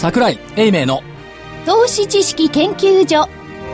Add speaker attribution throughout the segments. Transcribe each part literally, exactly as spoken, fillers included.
Speaker 1: 櫻井英明の
Speaker 2: 投資知識研究所。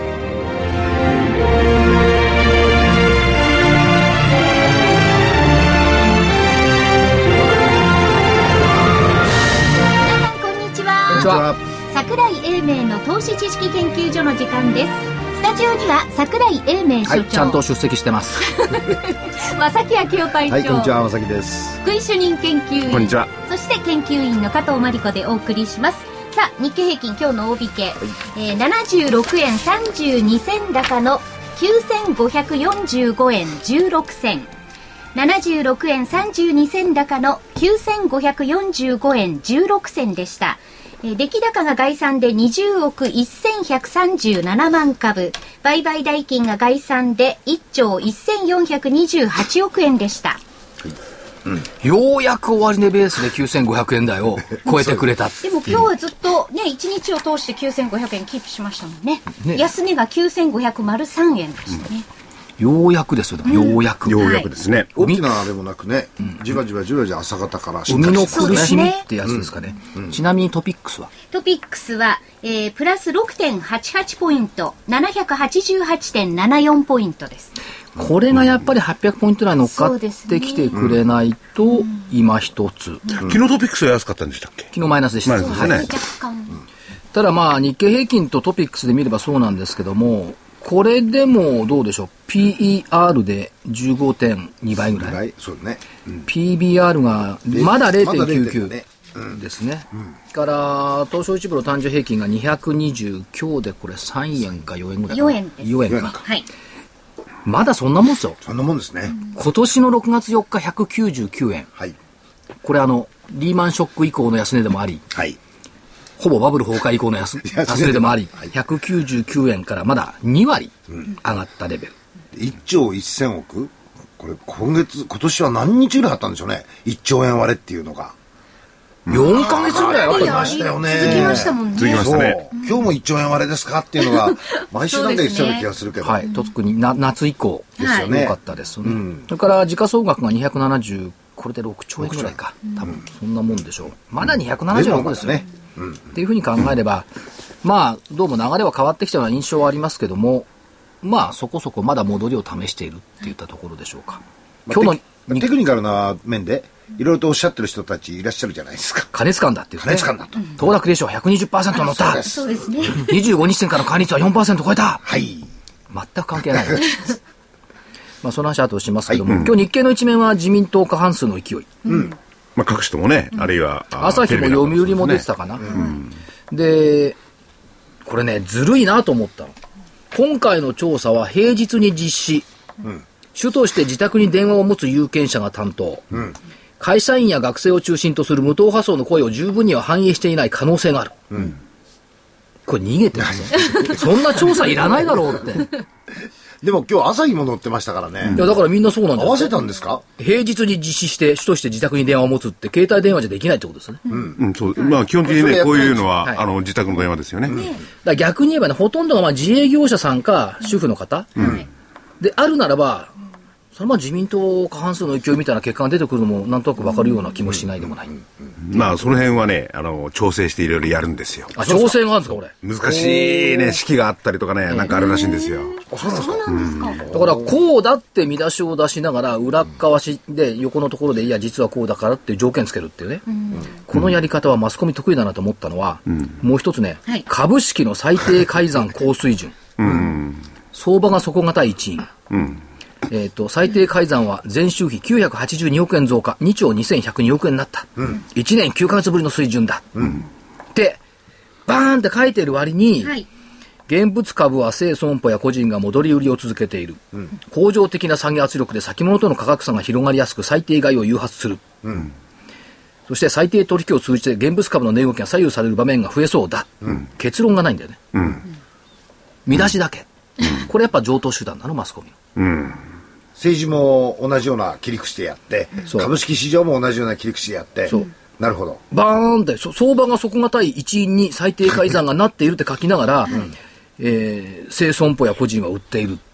Speaker 2: 櫻井英明の投資知識研究所の時間です。スタジオには櫻井英明所長、
Speaker 1: はい、ちゃんと出席してます
Speaker 2: 正木昭夫隊長、
Speaker 3: はい、こんにちは、正木です。
Speaker 2: 福井主任研究員、
Speaker 3: こんにちは。
Speaker 2: そして研究員の加藤真理子でお送りします。さあ、日経平均今日の大引け、はい、えー、ななじゅうろくえんさんじゅうに銭高のきゅうせんごひゃくよんじゅうごえんじゅうろく銭、ななじゅうろくえんさんじゅうに銭高のきゅうせんごひゃくよんじゅうごえんじゅうろく銭でした。えー、出来高が概算でにじゅうおくせんひゃくさんじゅうななまんかぶ、売買代金が概算でいっちょうせんよんひゃくにじゅうはちおくえんでした。
Speaker 1: うん、ようやく終値ベースできゅうせんごひゃくえん台を超えてくれた
Speaker 2: でも今日はずっとね、いちにちを通してきゅうせんごひゃくえんキープしましたもんね。ね、安値がきゅうせんごひゃくさんえんでしたね。うん、ようやくですよ、でもようやく、
Speaker 3: うん、ようやくですね、
Speaker 4: はい、大きなでもなくね、うん、じわじわじわじわ朝方から
Speaker 1: 海の苦しみってやつですかね。うんうん、ちなみにトピックスは
Speaker 2: トピックスは、えー、プラス ろくてんはちはち ポイント、ななひゃくはちじゅうはちてんななよん ポイントです。
Speaker 1: これがやっぱりはっぴゃくポイント台乗っかってきてくれないと、うん、今一つ、うん、
Speaker 3: 昨日トピックスは安かったんでしたっけ。
Speaker 1: 昨日マイナスでした。
Speaker 3: マイナスですね、はい、
Speaker 2: 若干、うん、
Speaker 1: ただまあ日経平均とトピックスで見ればそうなんですけども、これでもどうでしょう、 ピーイーアール で じゅうごてんに 倍ぐらい、
Speaker 4: そうね、うん、
Speaker 1: ピービーアール がまだ れいてんきゅうきゅう ですね、うんうん、から東証一部の単純平均がにひゃくにじゅう今日でこれさんえんかよえんぐらいかな、
Speaker 2: よえんです。
Speaker 1: よえんか、
Speaker 2: はい、
Speaker 1: まだそんなもんですよ。
Speaker 4: そんなもんですね。
Speaker 1: 今年のろくがつよっかひゃくきゅうじゅうきゅうえん、はい、これあのリーマンショック以降の安値でもあり、はい、ほぼバブル崩壊以降の 安, 安値でもあり、はい、ひゃくきゅうじゅうきゅうえんからまだにわり上がったレベル、
Speaker 4: うん、いっちょうせんおく、これ今月今年は何日ぐらいあったんでしょうね、いっちょうえん割れっていうのが
Speaker 1: よんかげつぐらいあ
Speaker 4: りましたよね。
Speaker 2: 続きましたもんね。
Speaker 3: 続きましたね。
Speaker 4: 今日もいっちょうえん割れですかっていうのが毎週なんか言ってたような気がするけど、
Speaker 1: はい、特にな夏以降ですよね、多かったですよね、うん、それから時価総額がにひゃくななじゅう、これでろくちょうえんぐらいか、多分そんなもんでしょう。まだにひゃくななじゅうろくですよね、うん、っていうふうに考えれば、まあどうも流れは変わってきたような印象はありますけども、まあそこそこまだ戻りを試しているっていったところでしょうか。
Speaker 4: まあ、今日のテクニカルな面でいろいろとおっしゃってる人たちいらっしゃるじゃないですか。
Speaker 1: 金掴んだっていうね。
Speaker 4: 金掴んだと。
Speaker 1: 騰落レーションは ひゃくにじゅっパーセント 乗った。
Speaker 2: そうですね。
Speaker 1: にじゅうごにち線からの買い率は よんパーセント 超えた。
Speaker 4: はい。
Speaker 1: 全く関係ない。まあその話は後しますけども、はい、今日日経の一面は自民党過半数の勢い。
Speaker 3: うん。まあ各紙ともね、うん、あるいは
Speaker 1: 朝日も読売も出てたかな。うん、で、これねずるいなと思ったの。今回の調査は平日に実施。うん、主として自宅に電話を持つ有権者が担当。うん、会社員や学生を中心とする無党派層の声を十分には反映していない可能性がある。うん、これ逃げてますね。そんな調査いらないだろうって。
Speaker 4: でも今日朝日も載ってましたからね。
Speaker 1: いやだからみんなそうなんだよ。
Speaker 4: 合わせたんですか。
Speaker 1: 平日に実施して主として自宅に電話を持つって携帯電話じゃできないってことですね。
Speaker 3: うん、うん、そう。まあ基本的にねこういうのは、はい、あの自宅の電話ですよね。うん、だ
Speaker 1: から逆に言えばね、ほとんどがまあ自営業者さんか主婦の方、うん、であるならば。それまあ自民党過半数の勢いみたいな結果が出てくるのもなんとなく分かるような気もしないでもない。うん
Speaker 3: うんうん、まあその辺はねあの調整していろいろやるんですよ。
Speaker 1: あ、調整があるんですかこれ。
Speaker 3: 難しいね式があったりとかね、なんかあるらしいんですよ。
Speaker 2: あ、そうなんですか。
Speaker 1: だからこうだって見出しを出しながら裏側しで横のところでいや実はこうだからっていう条件つけるっていうね、うん、このやり方はマスコミ得意だなと思ったのは、うん、もう一つね、はい、株式の最低改ざん高水準、うん、相場が底堅い一因、うん、えー、と最低改ざんは前週比きゅうひゃくはちじゅうにおくえん増加、にちょうにせんひゃくにおくえんになった、うん、いちねんきゅうかげつぶりの水準だ、うん、ってバーンって書いてる割に、はい、現物株は正損保や個人が戻り売りを続けている、うん、恒常的な下げ圧力で先物との価格差が広がりやすく最低買いを誘発する、うん、そして最低取引を通じて現物株の値動きが左右される場面が増えそうだ、うん、結論がないんだよね、うん、見出しだけ、うん、これやっぱ常套手段なのマスコミの、うん、
Speaker 4: 政治も同じような切り口でやって株式市場も同じような切り口でやって、そうなるほど、
Speaker 1: バーンって相場が底堅い一因に最低改ざんがなっているって書きながら、うん、えー、正損保や個人は売っている、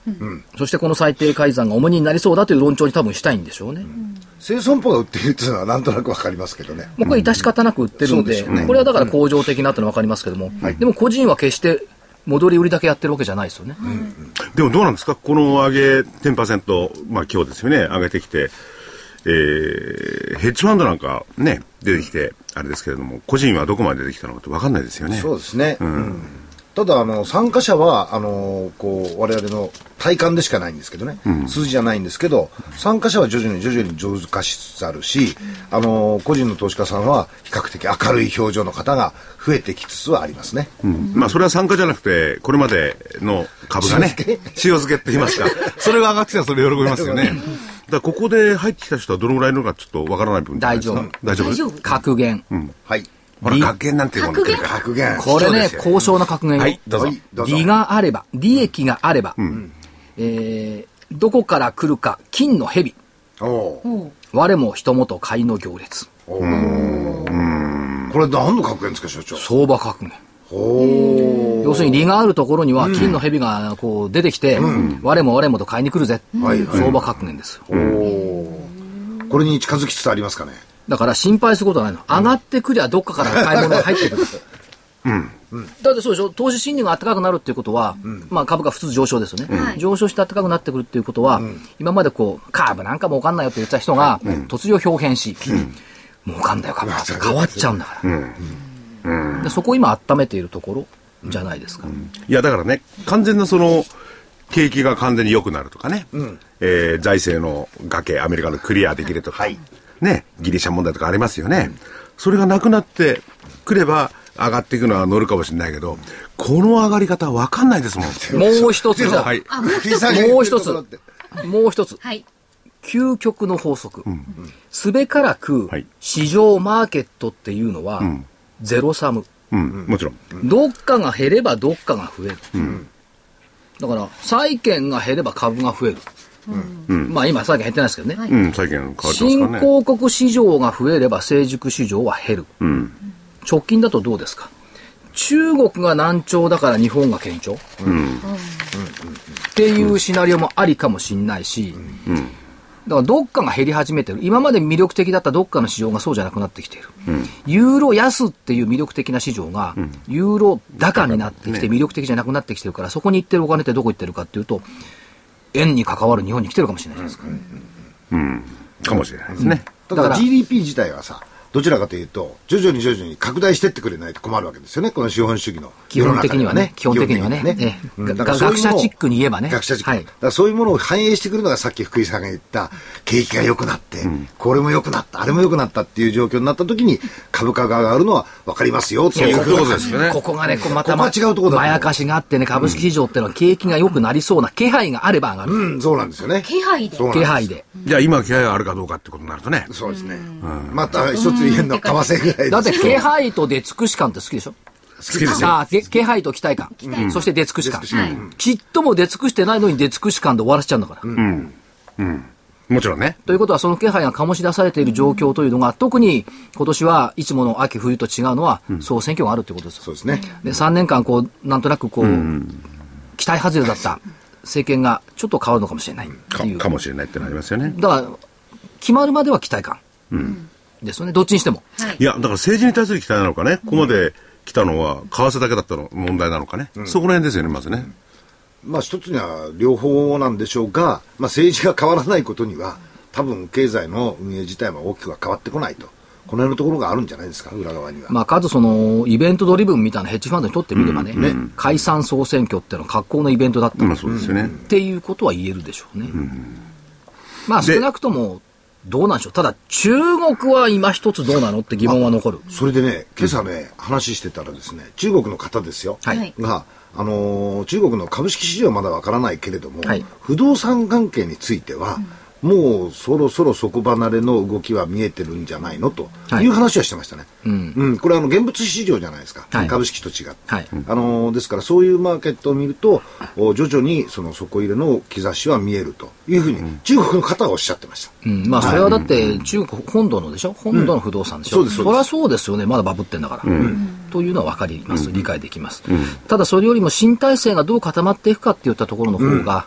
Speaker 1: うん、そしてこの最低改ざんが重荷になりそうだという論調に多分したいんでしょうね。
Speaker 4: 生損保が売っているというのはなんとなくわかりますけどね。
Speaker 1: もうこれ致し方なく売ってるんで、うんでね、これはだから恒常的なというのはわかりますけども、うん、でも個人は決して戻り売りだけやってるわけじゃないですよね。うん、
Speaker 3: でもどうなんですか、この上げ じゅっパーセント、まあ今日ですよね、上げてきて、えー、ヘッジファンドなんかね出てきてあれですけれども、個人はどこまで出てきたのかって分かんないですよね。
Speaker 4: そうですね、うんうん、ただあの参加者はあのこう我々の体感でしかないんですけどね、うん、数字じゃないんですけど、参加者は徐々に徐々に上手化しつつあるし、あの個人の投資家さんは比較的明るい表情の方が増えてきつつはありますね、
Speaker 3: うん、まあそれは参加じゃなくてこれまでの株がね塩漬けって言いますかそれが上がってきたらそれ喜びますよねだからここで入ってきた人はどのぐらいのかちょっとわからない部分
Speaker 1: 大丈夫
Speaker 3: 大丈夫大丈夫
Speaker 1: 格言、うん、
Speaker 4: はい
Speaker 3: ほら格言なんていうものって
Speaker 4: 格言
Speaker 1: これね高尚な格言よ、
Speaker 3: はいどうぞ、
Speaker 1: 利があれば利益があれば、うんえー、どこから来るか金の蛇お我も人もと買いの行列お
Speaker 4: うんこれ何の格言ですか所長。
Speaker 1: 相場格言お要するに利があるところには金の蛇がこう出てきて、うん、我も我もと買いに来るぜ、うん、相場格言です、
Speaker 4: はいはい、おこれに近づきつつありますかね。
Speaker 1: だから心配することはないの、うん、上がってくりゃどっかから買い物が入ってくるうんうん、だってそうでしょ、投資心理が暖かくなるっていうことは、うん、まあ株価普通上昇ですよね、うん、上昇して暖かくなってくるっていうことは、うん、今までこうカーブなんか儲かんないよって言ってた人が、うん、突如表変し、うん、儲かんだよ株価って変わっちゃうんだから、うんうん、でそこを今温めているところじゃないですか、うん、
Speaker 3: いやだからね完全なその景気が完全に良くなるとかね、うんえー、財政の崖アメリカのクリアできるとか、はいね、ギリシャ問題とかありますよね、うん、それがなくなってくれば上がっていくのは乗るかもしれないけど、この上がり方は分かんないですもん。
Speaker 1: もう一つじゃ、はい、もう一つもう一つ、はい、究極の法則、うん、すべからく、はい、市場マーケットっていうのは、うん、ゼロサム、
Speaker 3: うん、もちろん
Speaker 1: どっかが減ればどっかが増える、うん、だから債券が減れば株が増える、うん、まあ今債券減ってないですけどね、はいうん、債券変わってますからね。新興国市場が増えれば成熟市場は減る、うん直近だとどうですか。中国が難聴だから日本が堅調、うん、っていうシナリオもありかもしれないし、うん、だからどっかが減り始めてる。今まで魅力的だったどっかの市場がそうじゃなくなってきている、うん、ユーロ安っていう魅力的な市場が、うん、ユーロ高になってきて魅力的じゃなくなってきてるから、そこに行ってるお金ってどこ行ってるかっていうと円に関わる日本に来てるかもしれないですか、
Speaker 3: うんうん、かもしれないですね、
Speaker 4: うん、だから ジーディーピー 自体はさどちらかというと徐々に徐々に拡大してってくれないと困るわけですよね、この資本主義の
Speaker 1: 基本的にはね基本的にはね、ねうん、だから学者チックに言えばね
Speaker 4: 学者チック、はい、だからそういうものを反映してくるのがさっき福井さんが言った景気が良くなって、うん、これも良くなったあれも良くなったっていう状況になった時に株価が上がるのは分かりますよということですよね。
Speaker 1: ここがねこうまたま違うところだまやかしがあってね、株式市場ってのは景気が良くなりそうな気配があれば上がる、
Speaker 4: うん、そうなんですよね。
Speaker 2: 気配で
Speaker 1: 気配で
Speaker 3: じゃあ今気配があるかどうかってことになるとね
Speaker 4: そうですね、うん、また一つ言えるのは為替
Speaker 1: だって気配と出尽くし感って好きでしょ。
Speaker 3: 好きですよ。
Speaker 1: あ気配と期待感、うん、そして出尽くし感、うん、ちっとも出尽くしてないのに出尽くし感で終わらせちゃうんだから、うん
Speaker 3: うん、もちろんね。
Speaker 1: ということはその気配が醸し出されている状況というのが、特に今年はいつもの秋冬と違うのは、うん、総選挙があるということです。
Speaker 4: そうですね。
Speaker 1: でさんねんかんこうなんとなくこう、うん、期待外れだった政権がちょっと変わるのかもしれないっていう
Speaker 3: か, かもしれないってのありますよね。
Speaker 1: だから決まるまでは期待感、うんですよね、どっちにしても、
Speaker 3: はい、いやだから政治に対する期待なのかね、ここまで来たのは為替だけだったの問題なのかね、うん、そこら辺ですよねまずね、
Speaker 4: うん、まあ一つには両方なんでしょうが、まあ、政治が変わらないことには多分経済の運営自体は大きくは変わってこないと、この辺のところがあるんじゃないですか裏側には。
Speaker 1: まあ数そのイベントドリブンみたいなヘッジファンドにとってみればね、うん、解散総選挙っていうのは格好のイベントだった、
Speaker 3: まあそうですよね、
Speaker 1: っていうことは言えるでしょうね、うん、まあ少なくともどうなんでしょう。ただ中国は今一つどうなのって疑問は残る。
Speaker 4: それでね今朝ね、うん、話してたらですね中国の方ですよ、はい、が、あのー、中国の株式市場はまだわからないけれども、はい、不動産関係については、うん、もうそろそろ底離れの動きは見えてるんじゃないのという話はしてましたね、はいうんうん、これはあの現物市場じゃないですか、はい、株式と違って、はいあのー、ですからそういうマーケットを見ると徐々にその底入れの兆しは見えるというふうに中国の方はおっしゃってました、
Speaker 1: うんまあ、それはだって中国本土のでしょ、本土の不動産でしょ、うん、そうですそりゃそうですよね、まだバブってんだから、うん、というのは分かります、理解できます、うん、ただそれよりも新体制がどう固まっていくかっていったところの方が、うん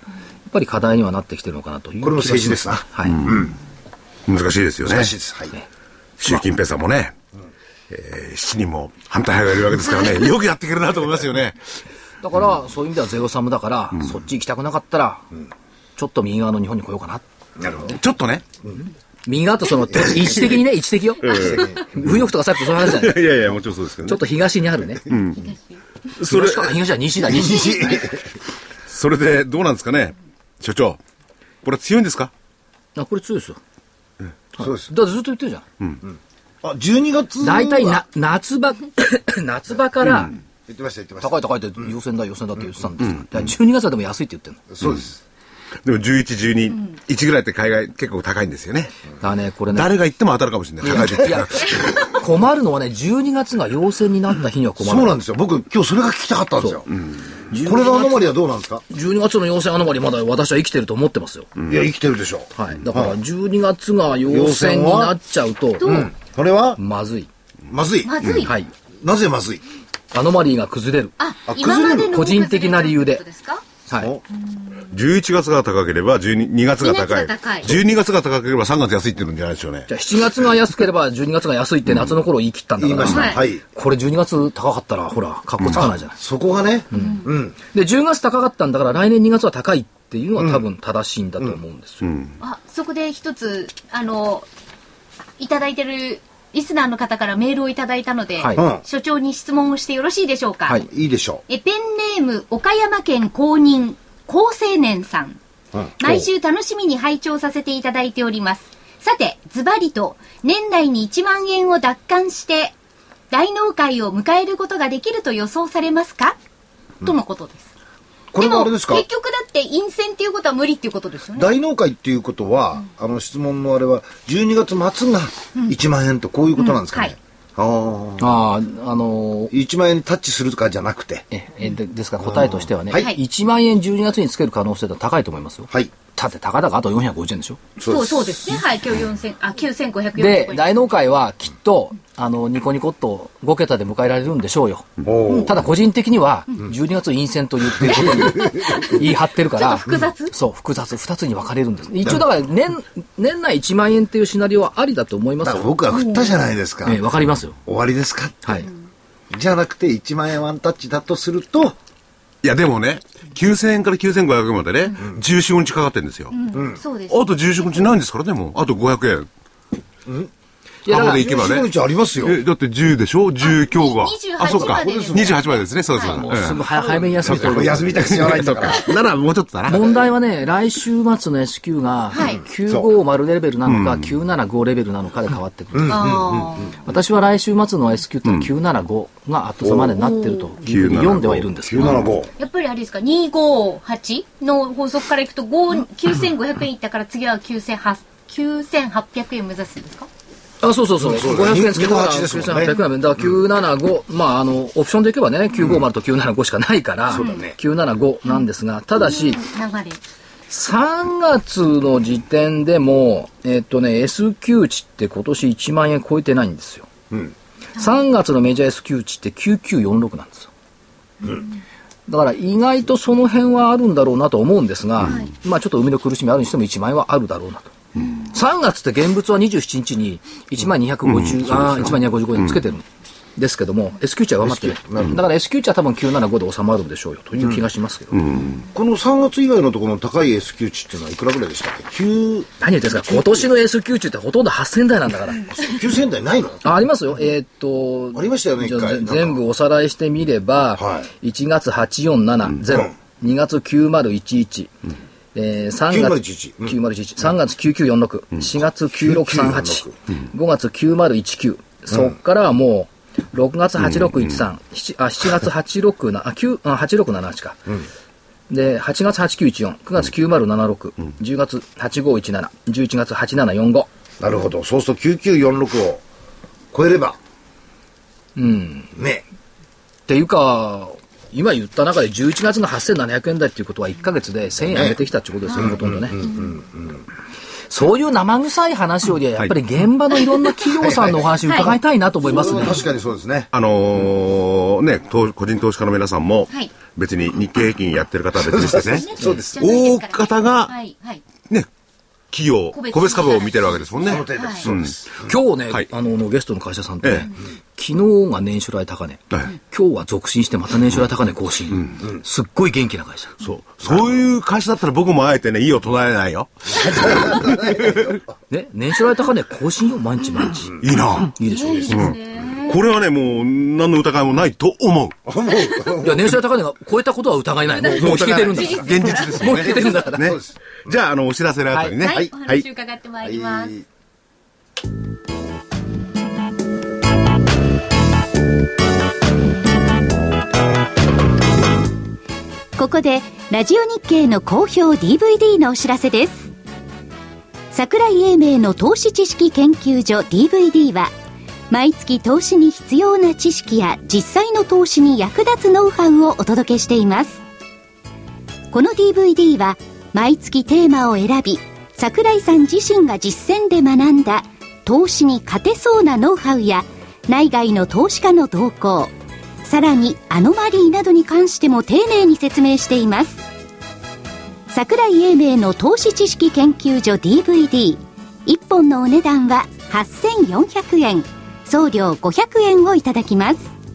Speaker 1: っぱり課題にはなってきてるのかなという。
Speaker 4: これも政治ですな。
Speaker 1: はい。うん、
Speaker 3: 難しいですよね。
Speaker 4: 難しいです。はい。
Speaker 3: 習近平さんもね、うんえー、しちにんも反対派がいるわけですからね、よくやってくれるなと思いますよね。
Speaker 1: だから、うん、そういう意味ではゼロサムだから、うん、そっち行きたくなかったら、うん、ちょっと右側の日本に来ようかな。
Speaker 3: なるほど。ちょっとね。
Speaker 1: うん右側とその、位置的にね、位置的よ。不欲とかさっきそういう話じゃない。
Speaker 3: いやいや、もちろんそうですけどね。
Speaker 1: ちょっと東にあるね。うん。それ、東は西だ、西。
Speaker 3: それで、どうなんですかね、所長。これ強いんですか？
Speaker 1: あ、これ強いですよ。
Speaker 4: そうです。
Speaker 1: だってずっと言ってるじゃん。うん。
Speaker 4: あ、じゅうにがつ
Speaker 1: 大体な、夏場、夏場から、
Speaker 4: 言ってました、言ってました。
Speaker 1: 高い高いって予選だ、予選だって言ってたんですよ。じゅうにがつはでも安いって言ってるの。
Speaker 4: そうです。
Speaker 3: でもじゅういち、じゅうに、いちぐらいって海外結構高いんですよね。
Speaker 1: だね、これね。
Speaker 3: 誰が言っても当たるかもしれない。高いって言ってたら。
Speaker 1: 困るのはね、じゅうにがつが陽性になった日には困る。
Speaker 4: そうなんですよ。僕、今日それが聞きたかったんですよ。これのアノマリはどうなんですか？
Speaker 1: じゅうにがつの陽性アノマリまだ私は生きてると思ってますよ。
Speaker 4: いや、生きてるでしょ。
Speaker 1: はい。だから、じゅうにがつが陽性になっちゃうと、
Speaker 4: これは
Speaker 1: まずい。
Speaker 4: まずい。
Speaker 2: まずい。
Speaker 1: はい。
Speaker 4: なぜまずい？
Speaker 1: アノマリーが崩れる。
Speaker 2: あ、崩れる。
Speaker 1: 個人的な理由で。
Speaker 2: はい。
Speaker 3: じゅういちがつが高ければじゅうにがつが高い。じゅうにがつが高ければさんがつ安いって言うんじゃないでしょうね。
Speaker 1: じゃあしちがつが安ければじゅうにがつが安いって夏の頃言い切ったんだから。
Speaker 4: 言いました。はい。
Speaker 1: これじゅうにがつ高かったら、ほら、格好つかないじゃない。
Speaker 4: そこがね。うん。
Speaker 1: で、じゅうがつ高かったんだから来年にがつは高いっていうのは多分正しいんだと思うんですよ。
Speaker 2: あ、そこで一つ、あの、いただいてる、リスナーの方からメールをいただいたので、はい、所長に質問をしてよろしいでしょうか。
Speaker 4: はい、いいでしょう。
Speaker 2: え、ペンネーム、岡山県公認、高青年さん。うん、毎週楽しみに拝聴させていただいております。さて、ズバリと、年内にいちまんえんを奪還して、大納会を迎えることができると予想されますか、うん、とのことです。
Speaker 4: これもあれですか？
Speaker 2: 結局だって陰線っていうことは無理っていうことですよね。
Speaker 4: 大納会っていうことは、うん、あの質問のあれはじゅうにがつ末がいちまんえんとこういうことなんですかね。
Speaker 1: うんうんはい、ああ、あのー、
Speaker 4: いちまんえんにタッチするとかじゃなくて。
Speaker 1: え、えでですから答えとしてはね、はい、いちまんえんじゅうにがつにつける可能性は高いと思いますよ。はい。だって高々あとよんひゃくごじゅうえんでしょ。
Speaker 2: そうそうですね。はい、今日よんせん、あ、きゅうせんごひゃくよんじゅうごえん。
Speaker 1: で、大納会はきっと、あの、ニコニコっとごけたで迎えられるんでしょうよ。ただ個人的には、じゅうにがつ陰線と言ってることに言い張ってるから、
Speaker 2: 複雑
Speaker 1: そう、複雑。二つに分かれるんです。一応だから年、年内いちまんえんっていうシナリオはありだと思いますよ。
Speaker 4: 僕は振ったじゃないですか。
Speaker 1: ええ、分かりますよ。
Speaker 4: 終わりですか？
Speaker 1: はい。
Speaker 4: じゃなくていちまんえんワンタッチだとすると、
Speaker 3: いやでもね、きゅうせんえんからきゅうせんごひゃくえんまでね、うん、じゅうよん、ごにちかかってるんですよ。うんうん、そうです。あとじゅうよん、ごにちないんですからね、もう。あとごひゃくえん。うん
Speaker 4: いや、で行けばね。じゅうよん、ごにちありますよ。
Speaker 3: え、だってじゅうでしょ ?じゅう 今日が。
Speaker 2: あ、そっか。
Speaker 3: にじゅうはちまでですね、そうです。もう
Speaker 1: すぐ早めに休みたい。
Speaker 4: 休みたく必要ないんだから。
Speaker 3: ならもうちょっとだな。
Speaker 1: 問題はね、来週末の エスキュー がきゅうごまるレベルなのか、きゅうななごレベルなのかで変わってくる。私は来週末の エスキュー ってのはきゅうななごが後までなってるというふうに読んではいるんですけど。
Speaker 4: きゅうななご。
Speaker 2: やっぱりあれですか、にひゃくごじゅうはちの法則からいくときゅうせんごひゃくえんいったから次はきゅうせんはっぴゃくえん目指すんですか？
Speaker 1: あ、そうそうそう。ごひゃくえんつけたらきゅうせんはっぴゃくえん。だからきゅうななご、まあ、あの、オプションでいけばね、きゅうごまるときゅうななごしかないから、きゅうななごなんですが、ただし、さんがつの時点でも、えっとね、S q 値って今年いちまんえん超えてないんですよ。うん、さんがつのメジャー S q 値ってきゅうきゅうよんろくなんですよ。うん、だから意外とその辺はあるんだろうなと思うんですが、はい、まあちょっと海の苦しみあるにしてもいちまんえんはあるだろうなと。うん、さんがつって現物はにじゅうしちにちにいちまんにひゃくごじゅう、うん、あいちまんにひゃくごじゅうごえんつけてるんですけども、うん、エスキュー 値は上回ってね、だから エスキュー 値は多分きゅうななごで収まるんでしょうよという気がしますけど、うんうん、
Speaker 4: このさんがつ以外のところの高い エスキュー 値っていうのはいくらぐらいでしたっけ？何
Speaker 1: 言ってんですか、今年の エスキュー 値ってほとんどはっせんだいなんだから
Speaker 4: きゅうせんだいないの？
Speaker 1: あ, ありますよ。えー、っと
Speaker 4: ありましたよね。一回
Speaker 1: 全部おさらいしてみれば、はい、いちがつはちよんななゼロ、うん、にがつきゅうまるいちいち、うんえー、さんがつきゅうまるいちいち、さんがつきゅうきゅうよんろく、しがつきゅうろくさんはち、ごがつきゅうまるいちきゅう、そっからはもうろくがつはちろくいちさん、あしちがつはちろくなな、はちろくななはちか、うん、ではちがつはちきゅういちよん、くがつきゅうまるななろく、うん、じゅうがつはちごいちなな、じゅういちがつはちななよんご。
Speaker 4: なるほど。そうするときゅうきゅうよんろくを超えれば
Speaker 1: うん
Speaker 4: ね
Speaker 1: っていうか今言った中でじゅういちがつがはっせんななひゃくえん台っていうことはいっかげつでせんえん上げてきたってことですよね、ほとんどね。そういう生臭い話よりはやっぱり現場のいろんな企業さんのお話伺いたいなと思いますね。
Speaker 4: 確かにそうですね。
Speaker 3: あのー、 のね、個人投資家の皆さんも、はい、別に日経平均やってる方は別にしてね、そうです。大方が、はいはい、ね、企業、個別株を見てるわけですもんね。はい、
Speaker 1: うん、今日ね、はい、あの、ゲストの会社さんとね、ええ、昨日が年初来高値、はい、今日は続伸してまた年初来高値更新、うんうん、すっごい元気な会社。
Speaker 3: そう。そういう会社だったら僕もあえてね、いいを唱えないよ。
Speaker 1: ね、年初来高値更新よ、毎日毎日。
Speaker 3: いいな。
Speaker 1: いいでしょ。いいですね。
Speaker 3: うんこれはね、もう、何の疑いもないと思う。
Speaker 1: いや、年初来高値が超えたことは疑いない。もう、もう引けてるんだから。
Speaker 3: 現実ですね。
Speaker 1: もう引けてるんだから。
Speaker 3: ね。じゃあ、あの、お知らせの後にね。
Speaker 2: はい。はい、お話伺ってまいります。はい、ここで、ラジオ日経の好評 ディーブイディー のお知らせです。櫻井英明の投資知識研究所 ディーブイディー は、毎月投資に必要な知識や実際の投資に役立つノウハウをお届けしています。この ディーブイディー は毎月テーマを選び、櫻井さん自身が実践で学んだ投資に勝てそうなノウハウや内外の投資家の動向、さらにアノマリーなどに関しても丁寧に説明しています。櫻井英明の投資知識研究所 ディーブイディー、いっぽんのお値段ははっせんよんひゃくえん、送料ごひゃくえんをいただきます。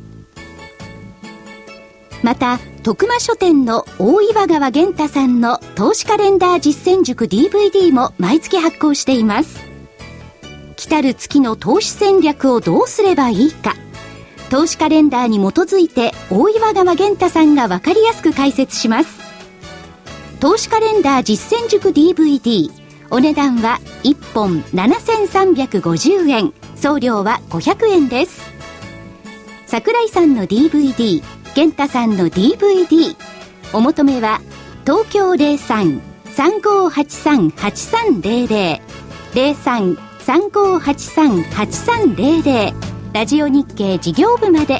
Speaker 2: また徳間書店の大岩川源太さんの投資カレンダー実践塾 ディーブイディー も毎月発行しています。来たる月の投資戦略をどうすればいいか、投資カレンダーに基づいて大岩川源太さんが分かりやすく解説します。投資カレンダー実践塾 ディーブイディー、お値段はいっぽんななせんさんびゃくごじゅうえん、送料はごひゃくえんです。櫻井さんの ディーブイディー、源太さんの ディーブイディー、お求めは東京 ゼロさん さんごーはちさん はちさんゼロゼロ ゼロさん さんごーはちさん はちさんゼロゼロ、ラジオ日経事業部まで。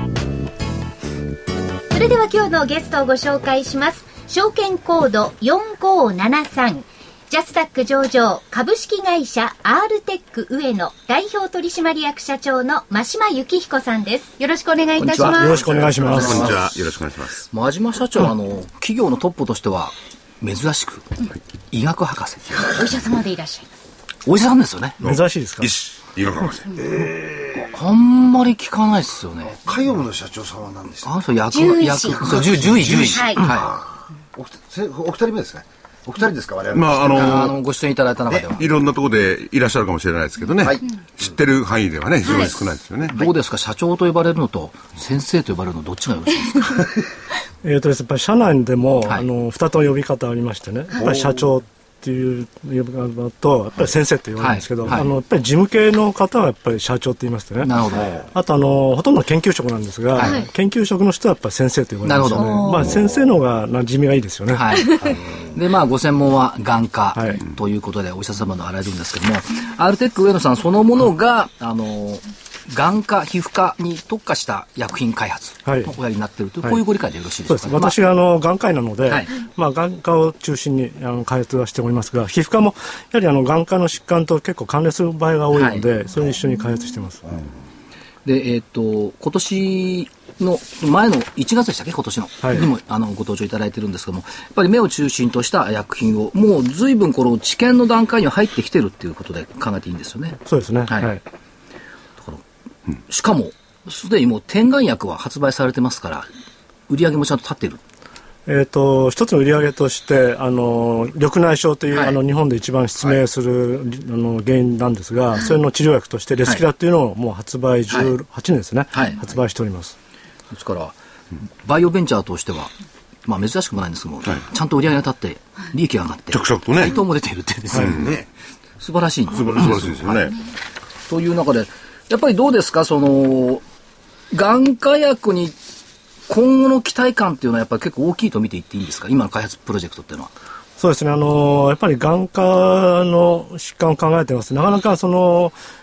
Speaker 2: それでは今日のゲストをご紹介します。証券コードよんごーななさん、ジャスダック上場株式会社 アールテック 上野代表取締役社長の真島幸彦さんです。よろしくお願いいたします。
Speaker 5: よろしくお願いします。
Speaker 3: こんにちは。よろしくお願いします。
Speaker 1: 真島社長はあの企業のトップとしては珍しく、うん、医学博士、
Speaker 2: お医者様でいらっしゃいます。
Speaker 1: お医者さんですよね。
Speaker 5: 珍しいですか。
Speaker 3: 医学博士。
Speaker 1: えー、あんまり聞かないですよね。
Speaker 4: 海洋部の社長さんは何でした。
Speaker 1: あ、そう薬薬そう獣医獣医。
Speaker 2: はい。
Speaker 1: はい、
Speaker 4: お, お二人目ですね。お二人ですか、我々。
Speaker 3: まあ、あのー、
Speaker 1: あのご出演いただいた中では、
Speaker 3: いろんなところでいらっしゃるかもしれないですけどね、はい、知ってる範囲ではね、非常に少ないですよね。はい、
Speaker 1: どうですか、社長と呼ばれるのと先生と呼ばれるのどっちがよろしいですか。
Speaker 5: えっとですね、やっぱり社内でも、はい、あのふたつの呼び方ありましてね、やっぱり社長っていう呼び方と、やっぱり先生って言われるんですけど、はいはい、あのやっぱり事務系の方はやっぱり社長って言いましてね。
Speaker 1: なるほど。
Speaker 5: あとあのほとんど研究職なんですが、はい、研究職の人はやっぱり先生と呼ばれるんですよね。まあ先生の方が馴染みがいいですよね。はい。
Speaker 1: でまあご専門は眼科ということで、はい、お医者様のあられるんですけども、アールテック 上野さんそのものが、うん、あの眼科皮膚科に特化した薬品開発のおやりになっているという、はい、こういうご理解でよろしいでしょうか。
Speaker 5: そうです。私があの眼科医なので、はい、まあ、眼科を中心にあの開発はしておりますが、皮膚科もやはりあの眼科の疾患と結構関連する場合が多いので、はい、それに一緒に開発しています。
Speaker 1: で、えー、っと今年の前のいちがつでしたっけ、今年の、はい、にもあのご登場いただいてるんですけども、やっぱり目を中心とした薬品をもう随分この治験の段階には入ってきてるっていうことで考えていいんですよね。
Speaker 5: そうですね。
Speaker 1: はい。
Speaker 5: はい、
Speaker 1: しかもすでにもう点眼薬は発売されてますから、売り上げもちゃんと立っている。
Speaker 5: えー、と一つの売り上げとしてあの緑内障という、はい、あの日本で一番失明する、はい、あの原因なんですが、はい、それの治療薬としてレスキラというのをもう発売じゅうはちねんですね、はい、発売しております。
Speaker 1: ですからバイオベンチャーとしては、まあ、珍しくもないんですけども、はい、ちゃんと売り上げが立って利益が上がって
Speaker 3: 着々とね
Speaker 1: 配当も出ているってですね、はいね、素晴らしいんです。
Speaker 3: 素晴らしいですよね、はい、
Speaker 1: という中でやっぱりどうですか、その眼科薬に今後の期待感っていうのはやっぱり結構大きいと見ていっていいんですか、今の開発プロジェクトっていうのは。
Speaker 5: そうですね、あのやっぱり眼科の疾患を考えてます。なかなかその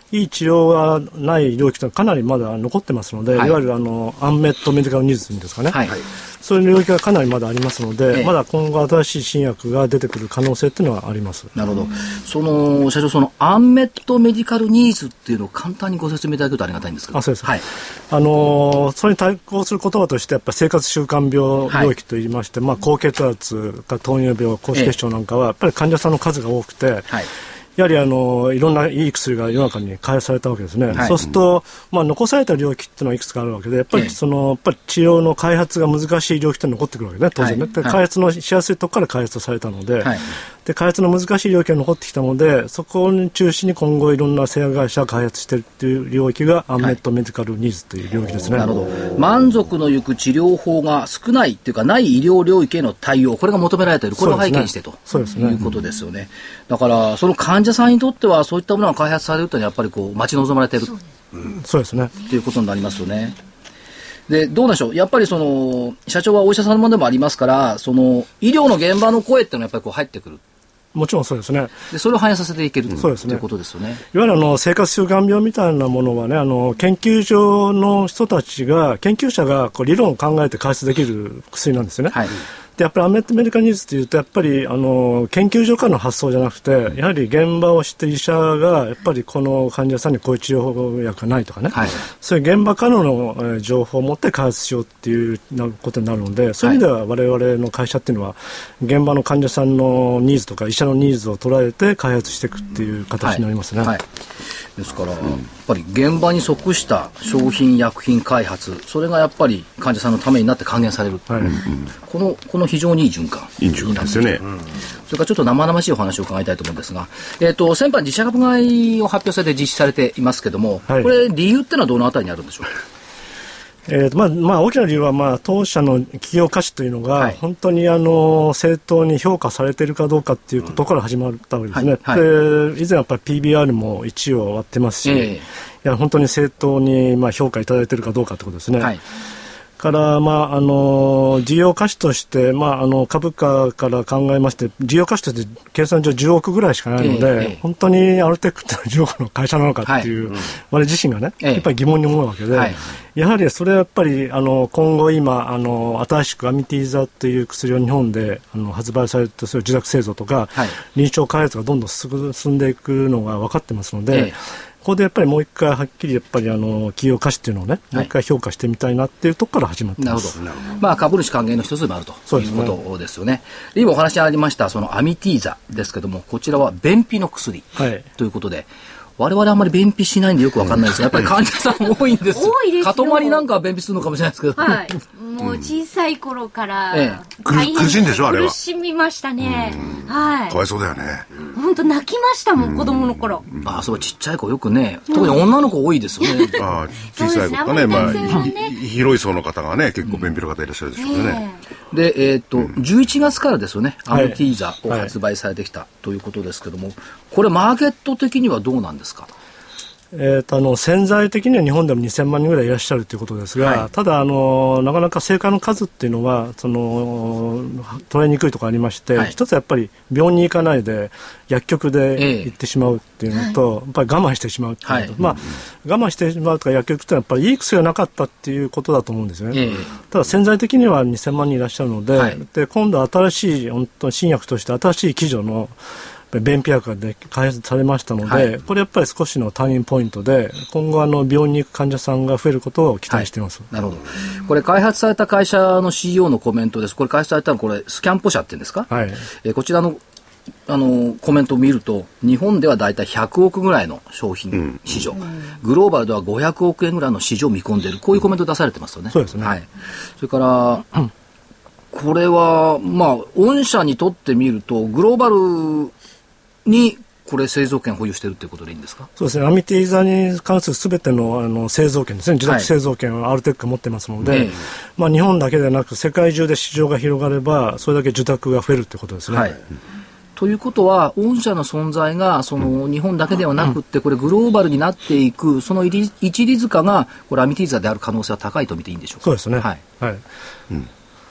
Speaker 5: いい治療がない領域というのはかなりまだ残ってますので、はい、いわゆるあのアンメットメディカルニーズですかね、はい、そういう領域がかなりまだありますので、ええ、まだ今後新しい新薬が出てくる可能性っていうのはあります。
Speaker 1: なるほど。その社長、そのアンメットメディカルニーズっていうのを簡単にご説明いただけるとありがたいんですけど。
Speaker 5: あ、そうです、
Speaker 1: はい、
Speaker 5: あのー、それに対抗する言葉としてやっぱり生活習慣病領域といいまして、はい、まあ、高血圧か糖尿病、高脂血症なんかはやっぱり患者さんの数が多くて、はい、やはりあのいろんないい薬が世の中に開発されたわけですね、はい、そうすると、まあ、残された領域っていうのはいくつかあるわけで、やっぱりその、やっぱり治療の開発が難しい領域っていうのが残ってくるわけね、当然ね、はい、で開発のしやすいところから開発されたので、はい、で開発の難しい領域が残ってきたので、そこを中心に今後いろんな製薬会社が開発しているという領域がアンメットメディカルニーズという領域ですね、
Speaker 1: はい、なるほど。満足のいく治療法が少ないっていうかない医療領域への対応、これが求められている、これを背景にしてとそうです、ね、いうことですよね。だからその患者さんにとってはそういったものが開発されるというのはやっぱりこう待ち望まれている、
Speaker 5: うん、そうですね
Speaker 1: ということになりますよね。でどうでしょう、やっぱりその社長はお医者さんのものでもありますから、その医療の現場の声っていうのはやっぱりこう入ってくる。
Speaker 5: もちろんそうですね。
Speaker 1: でそれを反映させていける、うん、と
Speaker 5: いう
Speaker 1: ことですよね。
Speaker 5: いわゆるあの生活習慣病みたいなものはね、あの研究所の人たちが研究者がこう理論を考えて開発できる薬なんですよね。はい、でやっぱりアンメットメディカルニーズというとやっぱりあの研究所からの発想じゃなくて、やはり現場を知って医者がやっぱりこの患者さんにこういう治療薬がないとかね、はい、そういう現場からの、えー、情報を持って開発しようっていうことになるので、そういう意味では我々の会社っていうのは現場の患者さんのニーズとか医者のニーズを捉えて開発していくっていう形になりますね。はいはい、
Speaker 1: ですから、うん、やっぱり現場に即した商品薬品開発、それがやっぱり患者さんのためになって還元される、はい、このこの非常にいい循環
Speaker 3: いい循環ですよね。
Speaker 1: うん、それからちょっと生々しいお話を伺いたいと思うんですが、えーと、先般自社株買いを発表されて実施されていますけども、はい、これ理由ってのはどのあたりにあるんでしょうか。
Speaker 5: えーとまあまあ、大きな理由は、まあ、当社の企業価値というのが、はい、本当にあの正当に評価されているかどうかというところから始まったわけですね。はいはい、で以前やっぱり ピービーアール もいちを割ってますし、えー、いや本当に正当にまあ評価いただいているかどうかということですね。はい、から、まあ、あの事業価値として、まあ、あの株価から考えまして事業価値として計算上じゅうおくぐらいしかないので、えーえー、本当にアルテックってじゅうおくの会社なのかっていう、はい、我自身がね、えー、やっぱり疑問に思うわけで、はい、やはりそれはやっぱりあの今後今あの新しくアミティーザという薬を日本であの発売されるとする受託製造とか、はい、臨床開発がどんどん進んでいくのが分かってますので、えーここでやっぱりもう一回はっきりやっぱりあの企業価値っていうのをね、もう一回評価してみたいなっていうところから始まってます。
Speaker 1: なるほど。まあ株主還元の一つでもあるということですよね。で今お話にありましたそのアミティーザですけども、こちらは便秘の薬ということで、はい、我々あんまり便秘しないんでよくわかんないですが、やっぱり患者さん多いんです。
Speaker 2: 多いですよ。
Speaker 1: かとまりなんかは便秘するのかもしれないですけど。
Speaker 2: はい。もう小さい頃から
Speaker 3: 大変苦しいんでしょあれは。
Speaker 2: 苦しみましたね。はい。
Speaker 3: かわいそうだよね。
Speaker 2: 本当泣きましたもん子供の頃。
Speaker 1: ああそうちっちゃい子よくね、特に女の子多いですよね。
Speaker 3: ああ小さい子とかね、まあ広い層の方がね結構便秘の方いらっしゃるでしょうね。
Speaker 1: でえっとじゅういちがつからですよね、アミティーザを発売されてきたということですけども、これマーケット的にはどうなんですか。
Speaker 5: えー、とあの潜在的には日本でもにせんまんにんぐらいいらっしゃるということですが、はい、ただあのなかなか生還の数っていうのはその捉えにくいところありまして、はい、一つはやっぱり病院に行かないで薬局で行ってしまうっていうのと、えー、やっぱり我慢してしまうっていうのと、はい、まあ、我慢してしまうとか薬局ってのはやっぱりいい薬がなかったっていうことだと思うんですよね。えー、ただ潜在的にはにせんまんにんいらっしゃるので、はい、で今度新しい本当に新薬として新しい基準の便秘薬がで開発されましたので、はい、これやっぱり少しのターニングポイントで今後あの病院に行く患者さんが増えることを期待しています。
Speaker 1: はい、なるほど。これ開発された会社の シーイーオー のコメントです。これ開発されたのこれスキャンポ社っていうんですか、はい、えー、こちらのあのコメントを見ると日本ではだいたいひゃくおくぐらいの商品市場、うん、グローバルではごひゃくおくえんぐらいの市場を見込んでいる、こういうコメント出されてますよね。
Speaker 5: そうですね。
Speaker 1: はい、それから、うん、これはまあ御社にとってみるとグローバルにこれ製造権保有しているということでいいんですか。
Speaker 5: そうですね。アミティーザに関するすべて の, あの製造権ですね、受託製造権はアルテックが持ってますので、はい、まあ、日本だけでなく世界中で市場が広がればそれだけ受託が増えるということですね。はい、
Speaker 1: ということは御社の存在がその日本だけではなくってこれグローバルになっていくその一律化がこれアミティーザである可能性は高いと見ていいんでしょうか。
Speaker 5: そうですね。
Speaker 1: はい、はい、
Speaker 3: うん、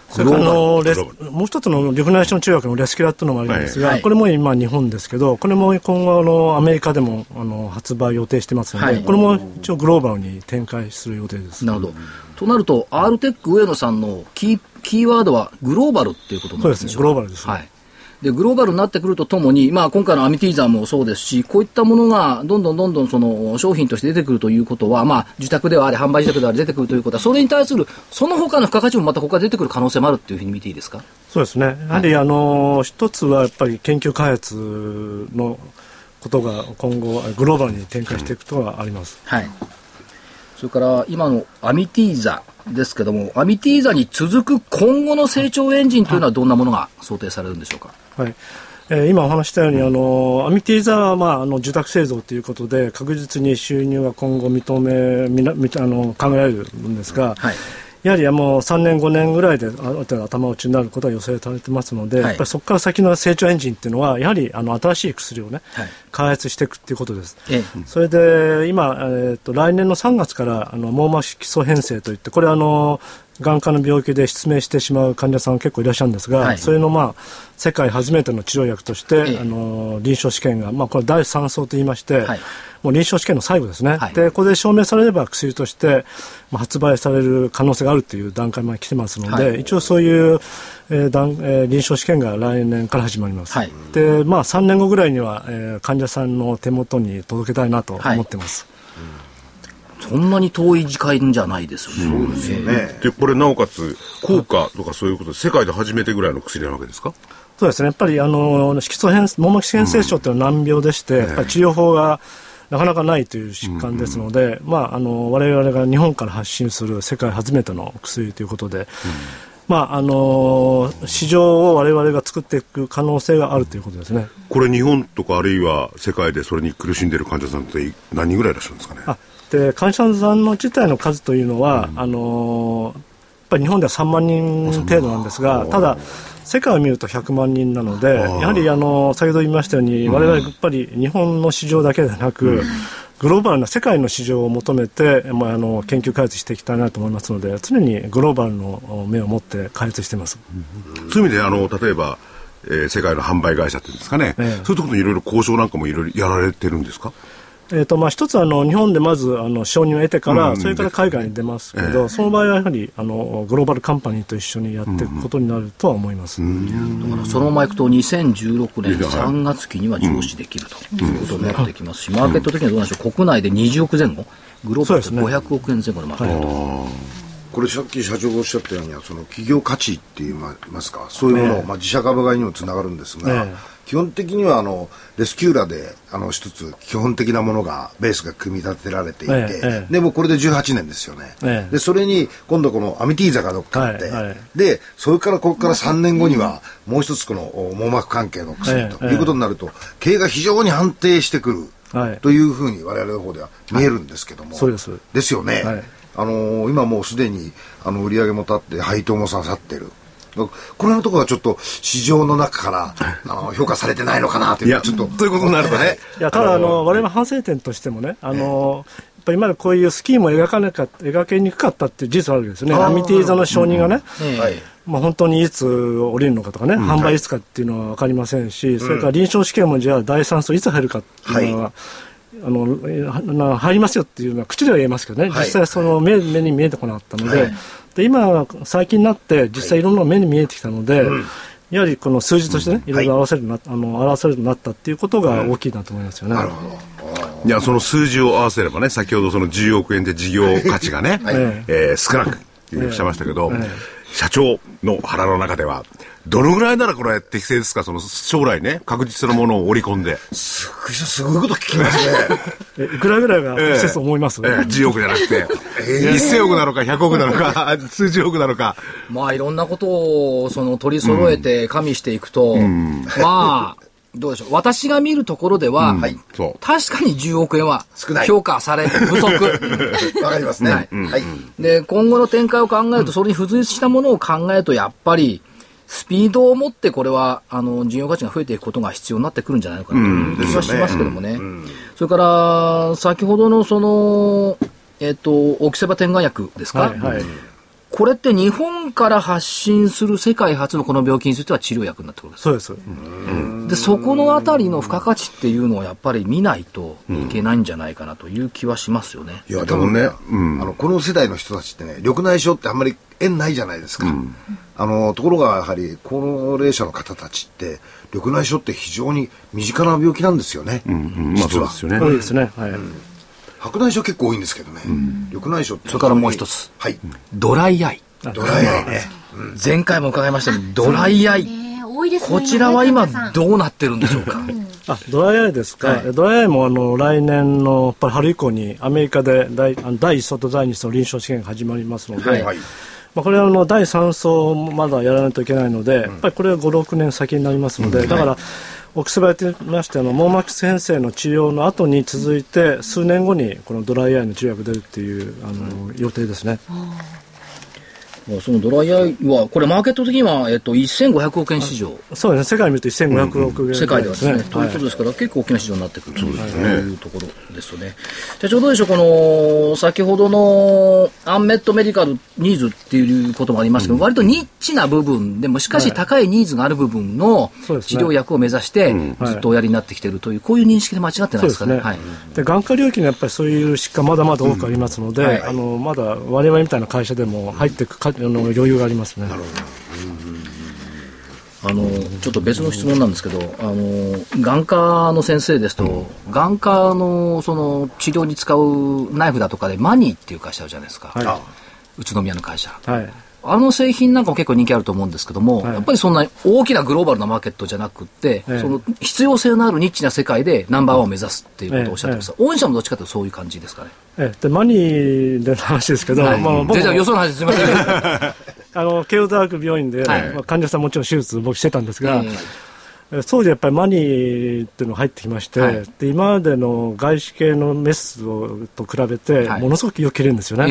Speaker 5: それからあのレスもう一つの緑内障治療薬のレスキュラというのもあるんですが、はい、これも今日本ですけど、これも今後のアメリカでもあの発売予定してますので、はい、これも一応グローバルに展開する予定です。
Speaker 1: なるほど。となると アールテック 上野さんのキー、キーワードはグローバルっていうことなんですね。
Speaker 5: そうですね、グローバルです、ね。はい。
Speaker 1: でグローバルになってくるとともに、まあ、今回のアミティーザーもそうですし、こういったものがどんどんどんどんその商品として出てくるということは、まあ、自宅ではあれ販売自宅ではあれ出てくるということは、それに対するその他の付加価値もまたここから出てくる可能性もあるというふうに見ていいですか。
Speaker 5: そうですね。やはり、はい、あの一つはやっぱり研究開発のことが今後グローバルに展開していくことがあります。
Speaker 1: はい。それから今のアミティーザですけども、アミティーザに続く今後の成長エンジンというのはどんなものが想定されるんでしょうか。
Speaker 5: はい、えー、今お話したように、あのアミティーザは、まあ、あの受託製造ということで確実に収入が今後認めみなみあの考えられるんですが、はい、やはりもうさんねんごねんぐらいである程度頭打ちになることが予想されてますので、はい、やっぱりそこから先の成長エンジンっていうのはやはりあの新しい薬をね、はい、開発していくっていうことです。ええ、それで今、えー、と来年のさんがつからあの網膜基礎変性といって、これはあの眼科の病気で失明してしまう患者さん結構いらっしゃるんですが、はい、それの、まあ、世界初めての治療薬として、ええ、あの臨床試験が、まあ、これだいさん層といいまして、はい、もう臨床試験の最後ですね、はい、でこれで証明されれば薬として、まあ、発売される可能性があるという段階まで来てますので、はい、一応そういう、えー段えー、臨床試験が来年から始まります、はい、でまあ、さんねんごぐらいには、えー、患者さんの手元に届けたいなと思ってます、はい、
Speaker 1: そんなに遠い時間じゃないですよね。
Speaker 3: そうですよね。でこれなおかつ効果とかそういうことで世界で初めてぐらいの薬なわけですか。
Speaker 5: そうですね。やっぱりあの色素変網膜基礎変性症というのは難病でして、うん、やっぱり治療法がなかなかないという疾患ですので、うんうん、まあ、あの我々が日本から発信する世界初めての薬ということで、うん、まああの市場を我々が作っていく可能性があるということですね。
Speaker 3: これ日本とかあるいは世界でそれに苦しんでいる患者さんって何人ぐらいいらっしゃるんですかね。
Speaker 5: あで患者さんの自体の数というのは、うん、あのやっぱり日本ではさんまんにん程度なんですが、ただ世界を見るとひゃくまんにんなので、やはりあの先ほど言いましたように、うん、我々やっぱり日本の市場だけでなく、うん、グローバルな世界の市場を求めて、まあ、あの研究開発していきたいなと思いますので、常にグローバルの目を持って開発しています、
Speaker 3: うん、そういう意味であの例えば、えー、世界の販売会社っていうんですかね、ええ、そういうところにいろいろ交渉なんかもいろいろやられてるんですか。
Speaker 5: えーとまあ、一つあの日本でまずあの承認を得てから、うん、それから海外に出ますけど、えー、その場合はやはりあのグローバルカンパニーと一緒にやっていくことになるとは思います、うん、
Speaker 1: だからそのままいくとにせんじゅうろくねんさんがつ期には上市できるということになってきますし、マーケット的にはどうなんでしょう。国内でにじゅうおくぜん後、グローバルでごひゃくおくえんぜん後でマーケット、はい、
Speaker 4: これさっき社長がおっしゃったようにその企業価値って言いますか、そういうものを、ねまあ、自社株買いにもつながるんですが、ね基本的にはあのレスキューラであの一つ基本的なものがベースが組み立てられていて、ええ、でもこれでじゅうはちねんですよね、ええ、でそれに今度このアミティーザがどっかあって、はいはい、でそれからここからさんねんごにはもう一つこの網膜関係の薬ということになると、経営が非常に安定してくる、はい、というふうに我々の方では見えるんですけども、はい、
Speaker 5: そうです
Speaker 4: ですよね、はい、あのー、今もうすでにあの売り上げも立って配当も刺さってる。これのところはちょっと市場の中からあの評価されてないのかなという、ちょっとということになるとね。
Speaker 5: いやただあの我々の反省点としてもね、あのやっぱり今までこういうスキームを描かなかった描けにくかったっていう事実はあるわけですね。アミティーザの承認がね、うんはいまあ、本当にいつ降りるのかとかね、うん、販売いつかっていうのは分かりませんし、うん、それから臨床試験もじゃあだいさん層いつ入るかっていうのは、はいあの入りますよっていうのは口では言えますけどね、はい、実際その 目, 目に見えてこなかったので、はい、で今最近になって実際いろんな目に見えてきたので、はい、やはりこの数字としてね、うん、いろいろ表せるな、はい、あの表せるようになったっていうことが大きいなと思いますよね、うん、なるほ
Speaker 3: ど。いやその数字を合わせればね、先ほどそのじゅうおくえんで事業価値がね、はいえー、少なくっておっしゃいましたけど、はいはい社長の腹の中ではどのぐらいならこれ適正ですか。その将来ね確実なものを織り込んです
Speaker 4: ごいすごいこと聞きますね
Speaker 5: えいくらぐらいが適正と思います、
Speaker 3: えーえー、じゅうおくじゃなくて、えー、せんおくなのかひゃくおくなのか数十億なのか、
Speaker 1: まあいろんなことをその取り揃えて加味していくと、うん、まあどうでしょう。私が見るところでは、うん、確かにじゅうおくえんは評価され不足
Speaker 4: わかりますね、はい
Speaker 1: うんはい、で今後の展開を考えると、それに付随したものを考えるとやっぱりスピードを持ってこれはあの事業価値が増えていくことが必要になってくるんじゃないのかなという気はしますけどもね、うん、それから先ほどのそのえっとオキセバ点眼薬ですか、はいはい、 これって日本から発信する世界初のこの病気については治療薬になってくるんです。
Speaker 5: そうです。
Speaker 1: で、そこのあたりの付加価値っていうのをやっぱり見ないといけないんじゃないかなという気はしますよね。
Speaker 4: いや、でもね、うん、あの、この世代の人たちってね、緑内障ってあんまり縁ないじゃないですか。うん、あの、ところがやはり高齢者の方たちって、緑内障って非常に身近な病気なんですよね。うんうん、
Speaker 5: 実は。そうですよね。そうですね。はい。うん
Speaker 4: 白内障結構多いんですけどね、うん、緑内障って
Speaker 1: それからもう一つ、はい、ドライアイ
Speaker 4: ドライアイね、
Speaker 1: うん、前回も伺いましたけどドライアイ、ね、多いですね、こちらは今どうなってるんでしょうか。
Speaker 5: あドライアイですか、はい、ドライアイもあの来年のやっぱり春以降にアメリカで第第いっ層とだいに層の臨床試験が始まりますので、はいはい、まあ、これはあのだいさん層もまだやらないといけないので、うん、やっぱりこれはごろくねん先になりますので、うん、だから、はい、お薬が言ってましてあの網膜変性の治療の後に続いて数年後にこのドライアイの治療薬が出るっていうあの予定ですね。
Speaker 1: そのドライアイはこれマーケット的には、えっと、せんごひゃくおくえん市場。
Speaker 5: そうですね、世界見るとせんごひゃくおくえん、うん、
Speaker 1: 世界ではですね、はい、ということですから、結構大きな市場になってくるというところですよね。じゃあちょうどでしょう、この先ほどのアンメットメディカルニーズっていうこともありますけど、うん、割とニッチな部分でもしかし高いニーズがある部分の治療薬を目指してずっとおやりになってきているという、こういう認識で間違ってないですかね。はい、
Speaker 5: で眼科領域にやっぱりそういう疾患まだまだ多くありますので、うん、はい、あのまだ我々みたいな会社でも入っていくかあの余裕がありますね。なるほど。
Speaker 1: あのちょっと別の質問なんですけど、あの眼科の先生ですと、うん、眼科のその治療に使うナイフだとかでマニーっていう会社あるじゃないですか、はい、宇都宮の会社、はい、あの製品なんかも結構人気あると思うんですけども、はい、やっぱりそんな大きなグローバルなマーケットじゃなくって、はい、その必要性のあるニッチな世界でナンバーワンを目指すっていうことをおっしゃってます、はいはい、御社もどっちかというとそういう感じですかね。
Speaker 5: ええ、でマニーでの話ですけど、はい、まあ、僕
Speaker 1: 全然よその話すみません
Speaker 5: あの慶応大学病院で、はい、まあ、患者さんもちろん手術僕してたんですが、えー、当時やっぱりマニーっていうのが入ってきまして、はい、で今までの外資系のメスと比べてものすごくよく切れるんですよね、はい、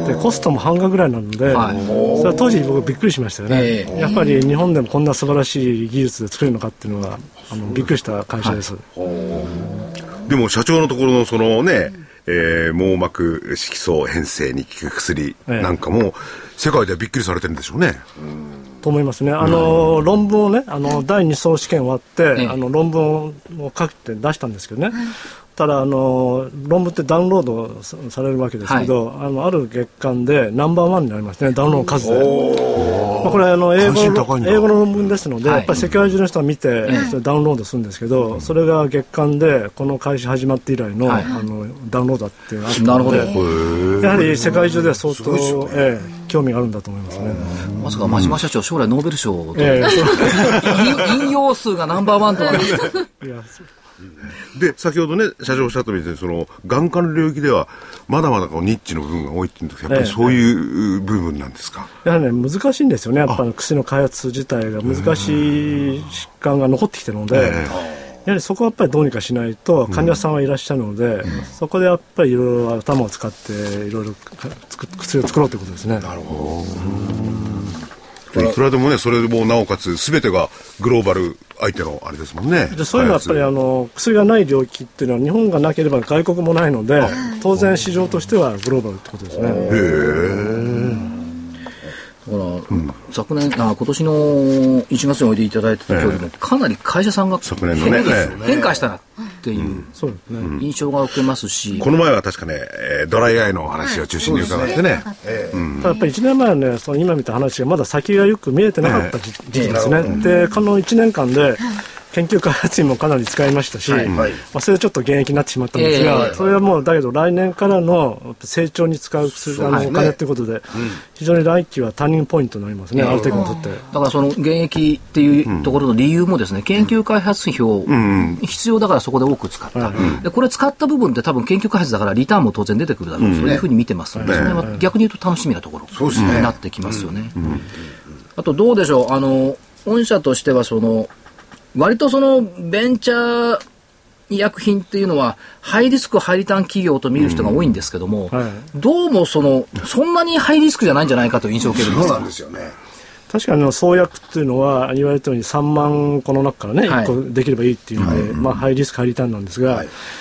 Speaker 5: でコストも半額ぐらいなので、はい、それは当時僕びっくりしましたよね、えー、やっぱり日本でもこんな素晴らしい技術で作れるのかっていうのがあのびっくりした会社です、は
Speaker 3: い、でも社長のところのそのね、えー、網膜色素変性に効く薬なんかも、ええ、世界ではびっくりされてるんでしょうね。
Speaker 5: と思いますね。あの、うん、論文をね、あのだいに層試験終わって、ええ、あの論文を書いて出したんですけどね、ただあの論文ってダウンロードされるわけですけど、はい、あのある月間でナンバーワンになりましたね、ダウンロード数で。まあ、これあの英語の英語の論文ですので、はい、やっぱり世界中の人が見て、それダウンロードするんですけど、うん、それが月間でこの会社始まって以来の、はい、あのダウンロードっていうのがあったので、やはり世界中では相当、ね、ええ、興味があるんだと思いますね。
Speaker 1: まさか真島社長、将来ノーベル賞と、えー、引用数がナンバーワンとは。いや
Speaker 3: で先ほどね社長おっしゃったみたいにその眼科の領域ではまだまだこうニッチの部分が多いっていうんですけど、やっぱりそういう部分なんですか。
Speaker 5: やはりね難しいんですよね、やっぱり薬の開発自体が難しい疾患が残ってきてるので、やはりそこはやっぱりどうにかしないと患者さんはいらっしゃるので、うん、そこでやっぱりいろいろ頭を使っていろいろ薬を作ろうということですね。なるほ
Speaker 3: ど。いくらでもね、それでもなおかつ全てがグローバル相手のあれですもんね。
Speaker 5: でそういうのはやっぱりあの薬がない領域っていうのは日本がなければ外国もないので、当然市場としてはグローバルってことですね。へー。
Speaker 1: だから、うん、昨年あ今年のいちがつにおいでいただいた時よりも、えー、かなり会社さんが
Speaker 3: 昨年の、ね、
Speaker 1: 変化したなっていう印象が受けますし、うん、
Speaker 3: この前は確かねドライアイの話を中心に伺ってね、
Speaker 5: えーうん、ただやっぱりいちねんまえはねその今見た話がまだ先がよく見えてなかった時期ですね、えー、でこのいちねんかんで研究開発費もかなり使いましたし、はいまあ、それでちょっと減益になってしまったんですが、えー、それはもうだけど来年からの成長に使うあのお金ということで、ね、非常に来期はターニングポイントになりますね、えー、アルテクにとって。
Speaker 1: だからその減益っていうところの理由もですね、研究開発費を必要だからそこで多く使った、うん、でこれ使った部分って多分研究開発だからリターンも当然出てくるだろうと、うん、そういうふうに見てますので、それは逆に言うと楽しみなところになってきますよね。うんうんうん、あとどうでしょう、あの御社としてはその割とそのベンチャー医薬品っていうのはハイリスクハイリターン企業と見る人が多いんですけども、うんはい、どうもそのそんなにハイリスクじゃないんじゃないかという印象を受けるんです。
Speaker 4: そうなんですよね。
Speaker 5: 確かに創薬っていうのは言われたようにさんまんこの中からね、はい、いっこできればいいっていうので、はい、まあ、ハイリスクハイリターンなんですが、はい、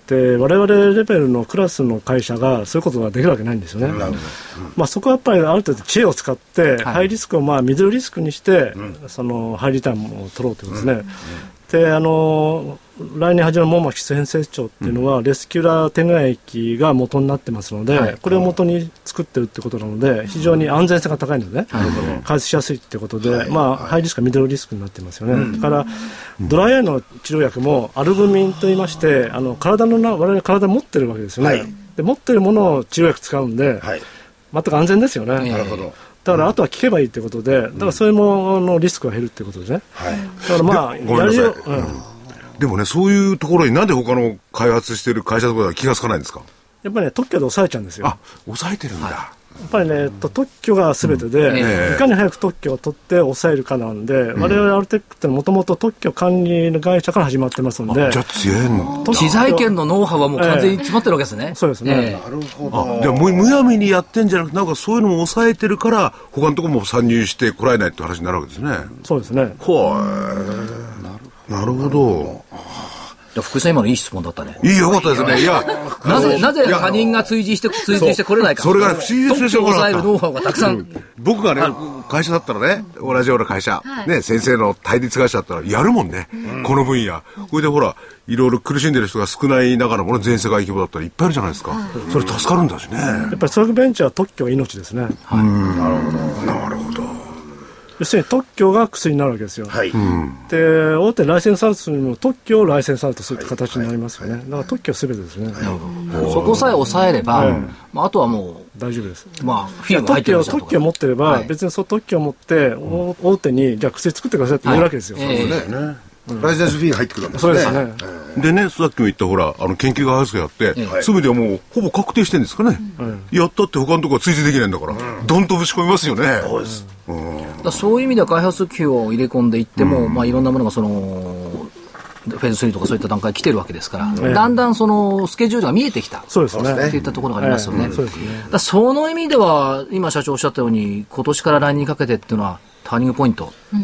Speaker 5: で我々レベルのクラスの会社がそういうことができるわけないんですよね、うんまあ、そこはやっぱりある程度知恵を使って、はい、ハイリスクをまあミドルリスクにして、うん、そのハイリターンを取ろうということですね、うんうんであの来年始まる門巻編成長っていうのは、うん、レスキュラー天然液が元になってますので、はい、これを元に作ってるってことなので非常に安全性が高いので、ねうん、開発しやすいってことで、はいまあはい、ハイリスクはミドルリスクになってますよね、うん、だから、うん、ドライアイの治療薬もアルブミンといいましてあの体の我々体持ってるわけですよね、はい、で持ってるものを治療薬使うんで、はい、全く安全ですよね、
Speaker 4: なるほど
Speaker 5: だからあとは聞けばいいということで、だからそれもあのリスクが減るということですね、はい、だからまあ
Speaker 3: やりよう、うん、でもねそういうところになんで他の開発している会社とかは気がつかないんですか。
Speaker 5: やっぱりね特許で抑えちゃうんですよ。
Speaker 3: あ抑えてるんだ、はい
Speaker 5: やっぱりね、特許が全てで、うんえー、いかに早く特許を取って抑えるかなんで、うん、我々アルテックってもともと特許管理の会社から始まってますので、
Speaker 3: じゃあ強いの
Speaker 1: 知財権のノウハウはもう完全に詰まってるわけですね、
Speaker 5: えー、そうですね、
Speaker 4: えー、なるほど。
Speaker 3: じゃあむむやみにやってんじゃなくてなんかそういうのも抑えてるから他のところも参入してこられないって話になるわけですね。
Speaker 5: そうですね。
Speaker 3: ほーなるほど。
Speaker 1: 福井さん今のいい質問だったね。
Speaker 3: いいよかったですね。いや
Speaker 1: なぜなぜ他人が追随して追随してこれないか。
Speaker 3: それが不思議ですね。
Speaker 1: 特許を抑えるノウハウがたくさん、うん、
Speaker 3: 僕がね会社だったらね同じような会社、はい、ね先生の対立会社だったらやるもんね、うん、この分野。これでほらいろいろ苦しんでる人が少ない中のもの全世界規模だったらいっぱいいるじゃないですか、うん、それ助かるんだしね、うん、
Speaker 5: やっぱりそういうベンチャーは特許が命ですね、
Speaker 3: はい、うんなるほどなるほど。
Speaker 5: 要するに特許が薬になるわけですよ、はい、で大手ライセンスアウトにも特許をライセンスアウトするって形になりますよね、はいはい、だから特許は全てですね。
Speaker 1: そこさえ抑えれば、うんまあ、あとはもう
Speaker 5: 大丈夫です、
Speaker 1: まあ、フィルム入ってるじゃんとか
Speaker 5: 特許を持ってれば、はい、別にその特許を持って、うん、大手にじゃあ薬作ってくださいって言えるわけですよ、はいえーね
Speaker 4: うん、ライセンスフィーが入ってくるわけですね。
Speaker 5: そうですね、
Speaker 3: えー、でねさっきも言ったほらあの研究開発がやって、えー、全てはもうほぼ確定してるんですかね、うん、やったって他のところは追随できないんだから、うん、どんとぶち込みますよね。
Speaker 4: そうです、
Speaker 1: うん、だそういう意味では開発費を入れ込んでいっても、うんまあ、いろんなものがそのフェーズスリーとかそういった段階来てるわけですから、うん、だんだんそのスケジュールが見えてきた
Speaker 5: そうですね
Speaker 1: っていったところがありますよね、
Speaker 5: えー、そうですね。
Speaker 1: だその意味では今社長おっしゃったように今年から来年にかけてっていうのはターニングポイント、うん、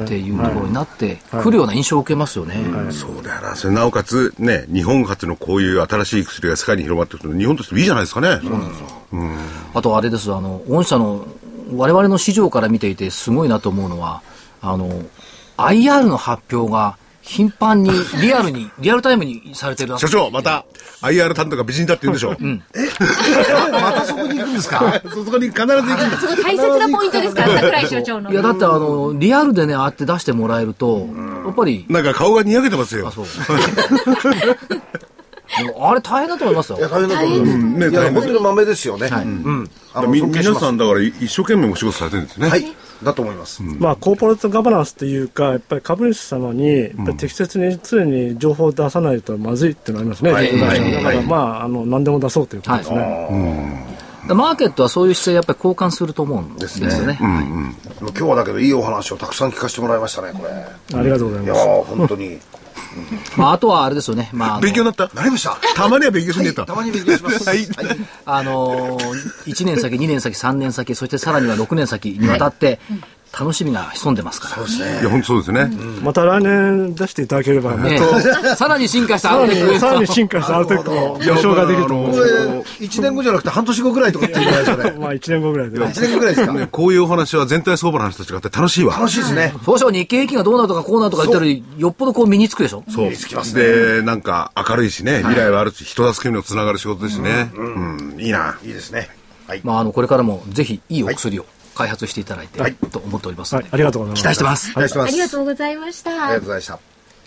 Speaker 1: っていうところになってくるような印象を受けますよね、はいはいはい、
Speaker 3: そうだよな。それなおかつね日本初のこういう新しい薬が世界に広まっていくと日本としてもいいじゃないですかね。そうなんですよ、うん、
Speaker 1: あとあれですあの御社の我々の市場から見ていてすごいなと思うのはあの アイアール の発表が頻繁にリアルにリアルタイムにされてる
Speaker 3: 社長また アイアール 担当が美人だって言うんでしょう、うん、
Speaker 4: えまたそこに行くんですか
Speaker 3: そこに必ず行くんです。
Speaker 2: そこ大切なポイントですから櫻井所長の。
Speaker 1: いやだってあのリアルでねああやって出してもらえるとやっぱり
Speaker 3: なんか顔がにやけてますよ。
Speaker 1: あそうあれ大変だと思いますよ。いや
Speaker 4: 大変だと思います、うんね、いや本当に豆ですよね、はいうん、
Speaker 3: あのみ皆さんだから一生懸命お仕事されてるんですね。
Speaker 4: はいだと思います、
Speaker 5: うんまあ、コーポレートガバナンスというかやっぱり株主様にやっぱり適切に常に情報を出さないとまずいっていうのがありますね、はいはい、だから、まあ、あの何でも出そうということですね、
Speaker 1: はいうん、マーケットはそういう姿勢やっぱり交換すると思うんですよね、ねうんうん、
Speaker 4: 今日はだけどいいお話をたくさん聞かせてもらいましたねこれ。
Speaker 5: ありがとうございます。
Speaker 4: いや本当に
Speaker 1: まあ、あとはあれですよね、まあ、あ
Speaker 3: 勉強になったなりました。たまには勉強しねえと、
Speaker 4: はい、たまに勉強します、はい、
Speaker 1: あのー、いちねん先にねん先さんねん先そしてさらにはろくねん先にわたって、はい楽しみが潜んでますから。
Speaker 3: そうですね。いや本当そうですね、
Speaker 5: うん。また来年出していただければもっと、ね、
Speaker 1: さらに進化したアルテック
Speaker 5: さらに進化したアルテックの予想ができると思う。
Speaker 4: これいちねんごじゃなくて半年後ぐらいとかって言うんじゃないですかね。
Speaker 5: まあいちねんごぐらいで。
Speaker 4: いちねんごぐらいですかね。
Speaker 3: こういうお話は全体相場の話と違って楽しいわ。
Speaker 4: 楽しいですね。
Speaker 1: そうしよう日経平均がどうなるとかこうなるとか言ったらよっぽどこう身につくでしょ。
Speaker 3: そう身につきますね。でなんか明るいしね未来はあるし、はい、人助けにもつながる仕事ですね。うん、うんうん、いいな。
Speaker 4: いいですね。はい。
Speaker 1: まああのこれからもぜひいいお薬を。はい開発していただいて、はい、と思っておりますので、
Speaker 5: はい、ありがとうございます。
Speaker 1: 期待してます。
Speaker 4: 期待してます。
Speaker 2: ありがとうございました。
Speaker 4: ありがとうございました。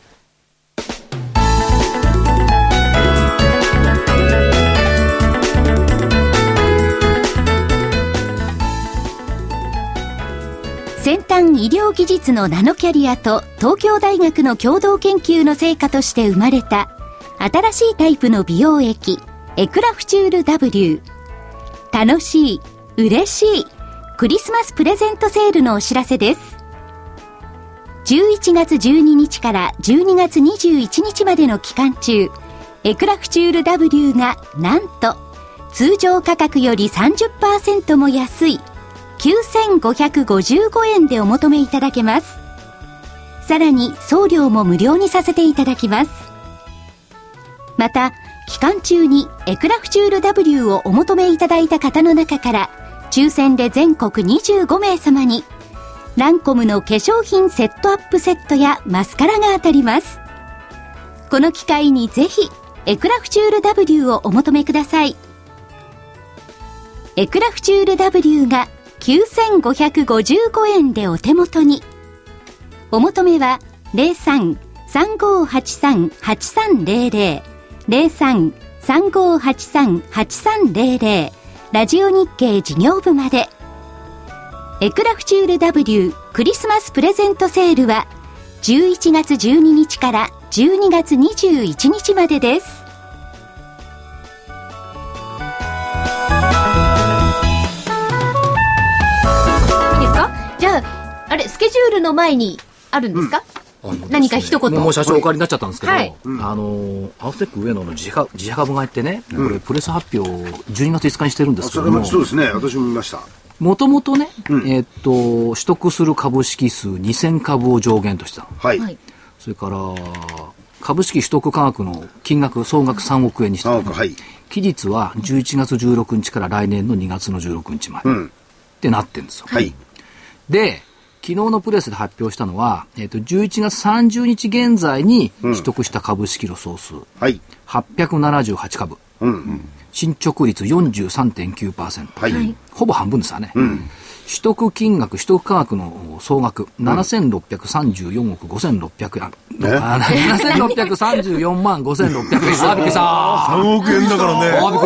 Speaker 2: 先端医療技術のナノキャリアと東京大学の共同研究の成果として生まれた新しいタイプの美容液エクラフチュール W。 楽しい、嬉しいクリスマスプレゼントセールのお知らせです。じゅういちがつじゅうににちからじゅうにがつにじゅういちにちまでの期間中、エクラフチュール W がなんと通常価格より さんじゅっパーセント も安いきゅうせんごひゃくごじゅうごえんでお求めいただけます。さらに送料も無料にさせていただきます。また期間中にエクラフチュール W をお求めいただいた方の中から抽選で全国にじゅうごめい様にランコムの化粧品セットアップセットやマスカラが当たります。この機会にぜひエクラフチュール W をお求めください。エクラフチュール W がきゅうせんごひゃくごじゅうごえんでお手元に。お求めは ゼロさん さんごはちさん はちさんゼロゼロ ゼロさん さんごはちさん はちさんゼロゼロラジオ日経事業部まで。エクラフチュール W クリスマスプレゼントセールはじゅういちがつじゅうににちからじゅうにがつにじゅういちにちまでです。いいですか？じゃあ、あれ、スケジュールの前にあるんですか？うん、何か一言。
Speaker 1: もう社長お借りになっちゃったんですけど、はい、
Speaker 2: うん、
Speaker 1: あのアウトテック上野の自社自社株買いってね、うん、これプレス発表じゅうにがついつかにしてるんですけども、
Speaker 4: そうですね、私も見ました。
Speaker 1: もともとね、うん、えー、っと取得する株式数にせんかぶを上限とした、
Speaker 4: はい、
Speaker 1: それから株式取得価格の金額総額さんおくえんにした、
Speaker 4: さんおく、はい、
Speaker 1: 期日はじゅういちがつじゅうろくにちから来年のにがつのじゅうろくにちまで、うん、ってなってるんですよ、
Speaker 4: はい、
Speaker 1: で昨日のプレスで発表したのは、えー、とじゅういちがつさんじゅうにち現在に取得した株式の総数、うん、はい、はっぴゃくななじゅうはちかぶ、うんうん、進捗率 よんじゅうさんてんきゅうパーセント、はい、ほぼ半分ですよね、うん、取得金額取得価格の総額、うん、ななせんろっぴゃくさんじゅうよんおくごせんろっぴゃくえん、ななせんろっぴゃくさんじゅうよんまんごせんろっぴゃくえん、あ、びっくりした。
Speaker 3: さんおくえんだからね。
Speaker 1: あ、びっくりした。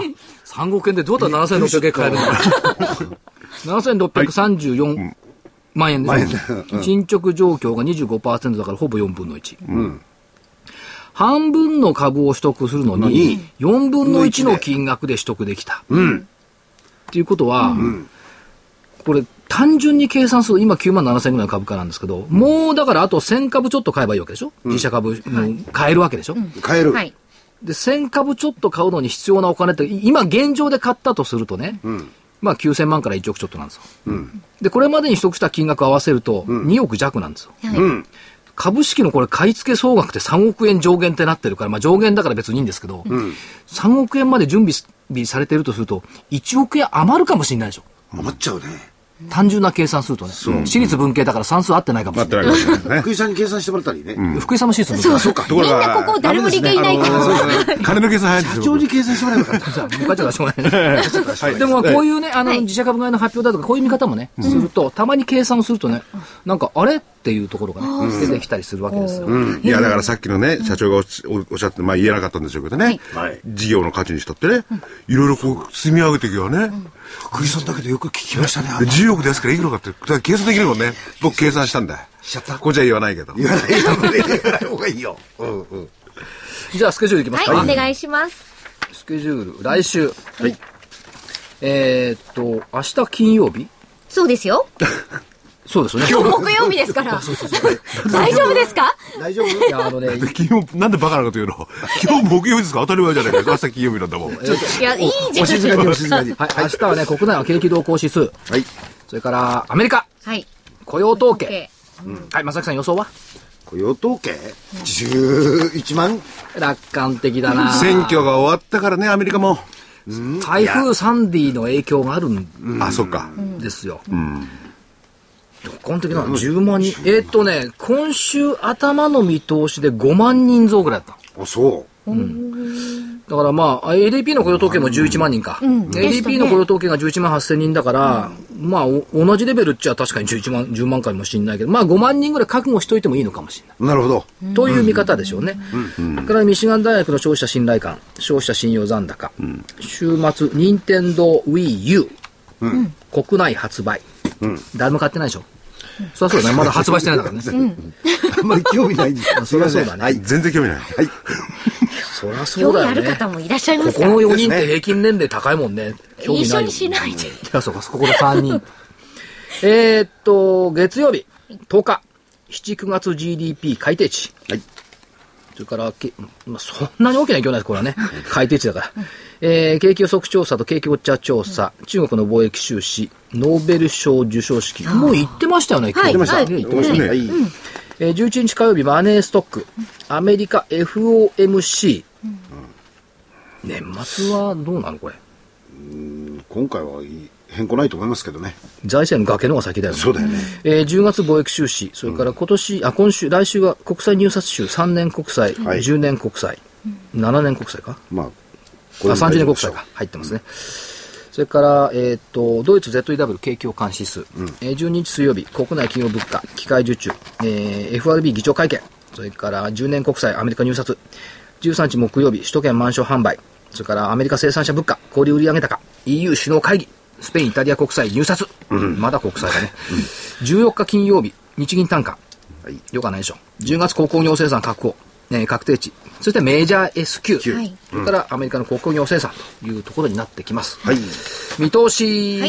Speaker 1: さんおくえんでどうやったらななせんろっぴゃくえん買えるのか。ななせんろっぴゃくさんじゅうよんまんえんですよ、うん、進捗状況が にじゅうごパーセント だからほぼよんぶんのいち、うん、半分の株を取得するのによんぶんのいちの金額で取得できた、うん、っていうことは、うん、これ単純に計算すると今きゅうまんななせんぐらいの株価なんですけど、もうだからあとせんかぶちょっと買えばいいわけでしょ、うん、自社株買えるわけでしょ、うん、
Speaker 4: 買える、
Speaker 1: でせんかぶちょっと買うのに必要なお金って今現状で買ったとするとね、うん、まあきゅうせんまんからいちおくちょっとなんですよ、うん、でこれまでに取得した金額を合わせるとにおくじゃくなんですよ、うん、株式のこれ買い付け総額ってさんおくえん上限ってなってるから、まあ上限だから別にいいんですけど、うん、さんおくえんまで準備されてるとするといちおくえん余るかもしれないでしょ。
Speaker 4: 余っちゃうね。
Speaker 1: 単純な計算するとね、私立文系だから算数合ってないかもしれない。
Speaker 4: 福井さんに計算してもらったりね。
Speaker 1: うん、福井さんも私立文系。
Speaker 2: そうそうか。みんなここ誰も理系いないから。
Speaker 3: 金の計算早いんですよ。
Speaker 4: 社長に計算してもらえばよかった。
Speaker 1: じゃあ、向かっちゃうしょうがない。でもこういうね、あの、自社株買いの発表だとか、こういう見方もね、すると、たまに計算をするとね、なんか、あれっていうところがね、出てきたりするわけですよ。
Speaker 3: いや、だからさっきのね、社長がおっしゃって、まあ言えなかったんでしょうけどね、事業の価値にしたってね、いろいろこう、積み上げていけばね、
Speaker 4: 福井さんだけでよく聞きましたね。
Speaker 3: じゅうおくですからいくらかって、計算できるもんね。僕計算したんだ。
Speaker 4: しちゃった。
Speaker 3: こっちは言わないけど。
Speaker 4: 言わない言わない方がいいよ。うんうん。
Speaker 1: じゃあスケジュールいきますか。
Speaker 2: はい、お願いします。
Speaker 1: スケジュール、来週。はい。えー、っと、明日金曜日？
Speaker 2: そうですよ。
Speaker 1: そうですね。
Speaker 2: 今日木曜日ですから。そうそうそう。大丈夫ですか？
Speaker 4: 大丈夫？
Speaker 1: いや、あのね、
Speaker 3: 金曜、なんでバカなこと言うの？今日木曜日ですか？当たり前じゃないか。明日金曜日なんだもん。い
Speaker 2: や、いいじゃん。
Speaker 4: お静かにお静かに。
Speaker 1: はい、明日はね、国内の景気動向指数。はい。それから、アメリカ。はい。雇用統計。はい、正木さん予想は？
Speaker 4: 雇用統計じゅういちまん。
Speaker 1: 楽観的だな。
Speaker 3: 選挙が終わったからね、アメリカも。
Speaker 1: 台風サンディの影響があるん
Speaker 3: あ、そっか。
Speaker 1: ですよ。うん。楽観的なじゅうまんにん。えー、っとね、今週頭の見通しでごまんにん増ぐらいだった。
Speaker 4: あ、そう。
Speaker 1: うん。だからまあ、エーディーピー の雇用統計もじゅういちまんにんか。うん、エーディーピー の雇用統計がじゅういちまんはっせんにんだから、うん、まあ、同じレベルっちゃ確かにじゅういちまん、じゅうまんかもしれないけど、まあごまんにんぐらい覚悟しといてもいいのかもしれない。
Speaker 4: なるほど。
Speaker 1: という見方でしょうね。うん。それからミシガン大学の消費者信頼感、消費者信用残高、うん、週末、任天堂 Wii U、うん、国内発売、うん、誰も買ってないでしょ。そりゃそうだね。まだ発売してないからね。うん、
Speaker 4: あんまり興味ないんですよ。
Speaker 1: そりゃそうだね。
Speaker 3: はい。全然興味ない。はい。
Speaker 1: そりゃそうだよね。
Speaker 2: 興味ある方もいらっしゃいますから。
Speaker 1: ここのよにんって平均年齢高いもんね。興味ないよ。
Speaker 2: 一緒にしないで。い
Speaker 1: や、そうか、ここでさんにん。えーっと、月曜日、とおか、しち、くがつ ジーディーピー 改定値。はい。それから、まあ、そんなに大きな影響ないです、これはね。改定値だから。えー、景気予測調査と景気ウォッチャー調査、うん、中国の貿易収支、ノーベル賞受賞式。もう言ってましたよね、
Speaker 2: 今日。
Speaker 1: 言ってました。
Speaker 2: はい、
Speaker 1: 言ってましたね。はい。うんえー、じゅういちにち火曜日、マネーストック、アメリカ エフオーエムシー、 年末はどうなのこれ。
Speaker 4: うん、今回はいい変更ないと思いますけどね。
Speaker 1: 財政の崖の方が先だよね。
Speaker 4: そうだよね。
Speaker 1: えー、じゅうがつ貿易収支、それから今年、うん、あ、今週、来週は国債入札週、さんねん国債、はい、じゅうねん国債、うん、ななねん国債か。まあ、これあ、さんじゅうねん国債が入ってますね。うん、それから、えっ、ー、と、ドイツ ゼットイーダブリュー 景況監視指数、うん、えー、じゅうににち水曜日、国内企業物価、機械受注、えー、エフアールビー 議長会見、それからじゅうねん国債、アメリカ入札、じゅうさんにち木曜日、首都圏マンション販売、それからアメリカ生産者物価、小売売上高、イーユー 首脳会議、スペイン、イタリア国債入札、うん、まだ国債だね、うん、じゅうよっか金曜日、日銀単価、はい、よくはないでしょ。じゅうがつ鉱工業生産確保、ね、確定値、そしてメジャー エスキュー、はい、それからアメリカの鉱工業生産というところになってきます。はい、見通し、はい、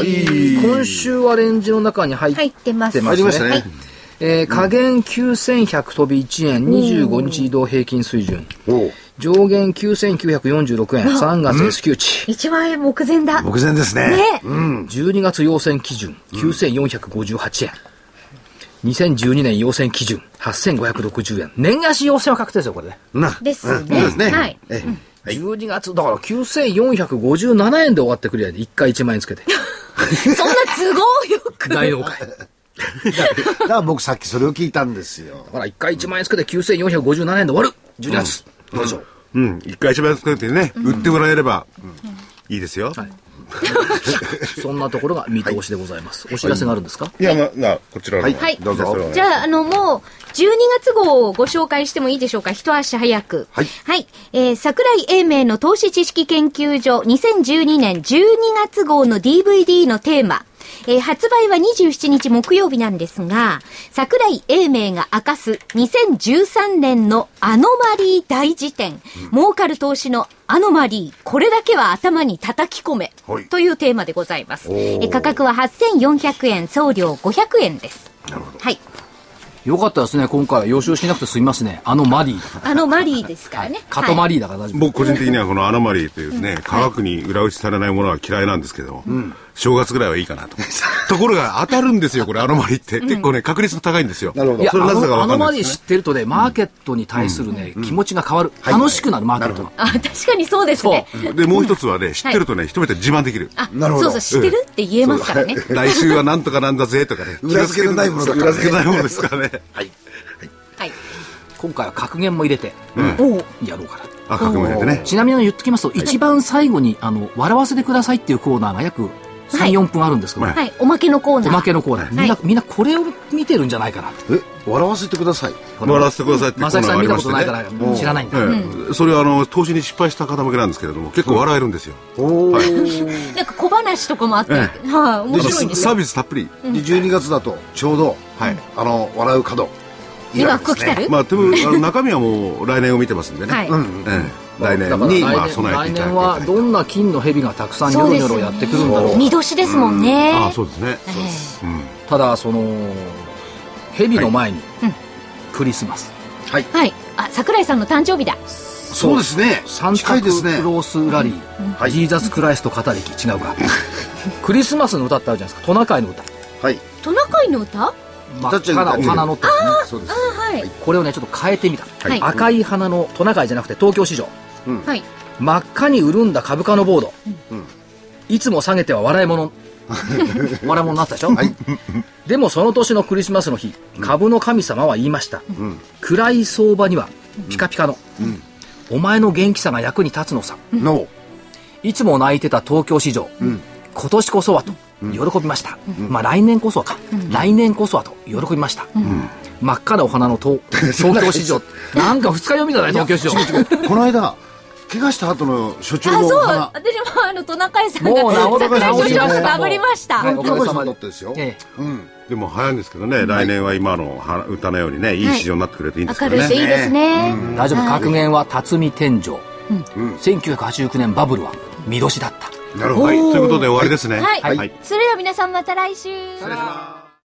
Speaker 1: 今週はレンジの中に入ってますね。入りましたね。はい、えー、下限きゅうせんひゃく飛びいちえん、にじゅうごにち移動平均水準。上限きゅうせんきゅうひゃくよんじゅうろくえん、さんがつ S q 値。
Speaker 2: いちまんえん目前だ。
Speaker 4: 目前ですね。ね、
Speaker 1: うん、じゅうにがつ要請基準、きゅうせんよんひゃくごじゅうはちえん。にせんじゅうにねん要請基準、はっせんごひゃくろくじゅうえん。年足要請は確定ですよ、これね。
Speaker 2: な。ですね。うん、ですね。はい。え
Speaker 1: え、じゅうにがつ、だからきゅうせんよんひゃくごじゅうななえんで終わってくるやで、いっかいいちまんえんつけて。
Speaker 2: そんな都合よく。
Speaker 1: 大納会。
Speaker 4: だから僕さっきそれを聞いたんですよ。
Speaker 1: だからいっかいいちまんえんつけてきゅうせんよんひゃくごじゅうななえんで終わる。じゅうにがつ。うん、どうでしょう。
Speaker 3: うん。いっかいいちまんえんつけてね、うん、売ってもらえれば、うん、いいですよ。はい。
Speaker 1: そんなところが見通しでございます。はい、お知らせがあるんですか？
Speaker 3: いや、ま、まあ、こちらの。
Speaker 2: はい。はい、どうぞ。じゃあ、あの、もう、じゅうにがつ号をご紹介してもいいでしょうか。一足早く。はい。はい。えー、桜井英明の投資知識研究所にせんじゅうにねんじゅうにがつ号の ディーブイディー のテーマ。えー、発売はにじゅうしちにち木曜日なんですが、桜井英明が明かすにせんじゅうさんねんのアノマリー大辞典、うん、儲かる投資のアノマリー、これだけは頭に叩き込め、はい、というテーマでございます。えー、価格ははっせんよんひゃくえん、送料ごひゃくえんです。なるほど。はい。
Speaker 1: よかったですね。今回は予習しなくて済みますね。あのマリー。
Speaker 2: あのマリーですからね。
Speaker 1: カトマリーだから大丈夫。
Speaker 3: 僕個人的にはこのアノマリーというね、科学に裏打ちされないものは嫌いなんですけど、うん、正月ぐらいはいいかなと。ところが当たるんですよ、これアノマリーって。うん、結構ね、確率高いんですよ。なるほど。
Speaker 1: いや、それなぜかわかんないですね。アノマリー知ってるとね、マーケットに対するね、うん、気持ちが変わる。はい、楽しくなるマーケットが。
Speaker 2: あ、確かにそうですね。
Speaker 3: で、もう一つはね、知ってるとね、一目で自慢できる。
Speaker 2: あ、なるほど。そうそう、知ってるって言えますからね。
Speaker 3: 来週はなんとかなんだぜとかね。
Speaker 4: 裏付けのないものだから。
Speaker 3: 裏付けないものですからね。はい。
Speaker 1: はい、今回は格言も入れて、うん、やろうかな。
Speaker 3: あ、格言も入れてね。
Speaker 1: ちなみに言っときますと、はい、一番最後にあの笑わせてくださいっていうコーナーが約さん、よんぷんあるんですけど、
Speaker 2: はいはい、おまけのコーナー。
Speaker 1: おまけのコーナー。みんな、はい、みんなこれを見てるんじゃないかな。
Speaker 4: え、笑わせてください。
Speaker 3: 笑わせてくださいってコーナーがありましてね。
Speaker 1: 正木さん見たことないから知らないんだ。
Speaker 3: うん、それはあの投資に失敗した方向けなんですけれども、結構笑えるんですよ。
Speaker 2: おはい、なんか小話とかもあって、はい、あ、面白いです。
Speaker 3: サービスたっぷり。
Speaker 4: じゅうにがつだとちょうど、はい、あの笑う角。
Speaker 2: 今服着てる？
Speaker 3: まあ、でもあの中身はもう来年を見てますんでね。はい。うん、来年にまあ備えていただきたい。
Speaker 1: 来年はどんな金の蛇がたくさんニョロニョロやってくるんだろう。
Speaker 2: 見年ですもんね。
Speaker 3: ああ、そうですね。
Speaker 1: ただその蛇の前にクリスマス。
Speaker 2: はい。はい。あ、桜井さんの誕生日だ。
Speaker 4: そうですね。
Speaker 1: サンタクロースラリー、ジーザスクライスト語りき違うか。クリスマスの歌ってあるじゃないですか。トナカイの歌。
Speaker 4: はい。
Speaker 2: トナカイの歌？
Speaker 1: 真っ赤なお花のってですね。
Speaker 4: そうです。
Speaker 2: はい。
Speaker 1: これをねちょっと変えてみた。はい、赤い花のトナカイじゃなくて東京市場。はい。真っ赤に潤んだ株価のボード。うん。いつも下げては笑い物。笑い物になったでしょ。はい。でもその年のクリスマスの日、株の神様は言いました。うん。暗い相場にはピカピカの。うん。お前の元気さが役に立つのさ。の。いつも泣いてた東京市場。うん。今年こそはと。喜びました、うん、まあ来年こそはか、うん、来年こそはと喜びました、うん、真っ赤なお花の東東京市場なんか二日読みだね東京市場
Speaker 4: この間怪我した後の所長のお花。
Speaker 2: あ、そう、私もあのトナカイさんがもう桜井所長がぶりました。
Speaker 4: トナカイさんだったですよ、ええ、うん、
Speaker 3: でも早いんですけどね、うん、来年は今の歌のようにねいい市場になってくれていいんですけどね、
Speaker 2: 明るいしいいですね、
Speaker 1: うん、大丈夫。格言は辰巳天井、うん、せんきゅうひゃくはちじゅうきゅうねんバブルは見年だった。
Speaker 3: なるほど、はい、ということで終わりですね。
Speaker 2: はい、はいはい、それでは皆さんまた来週。
Speaker 3: 失礼します。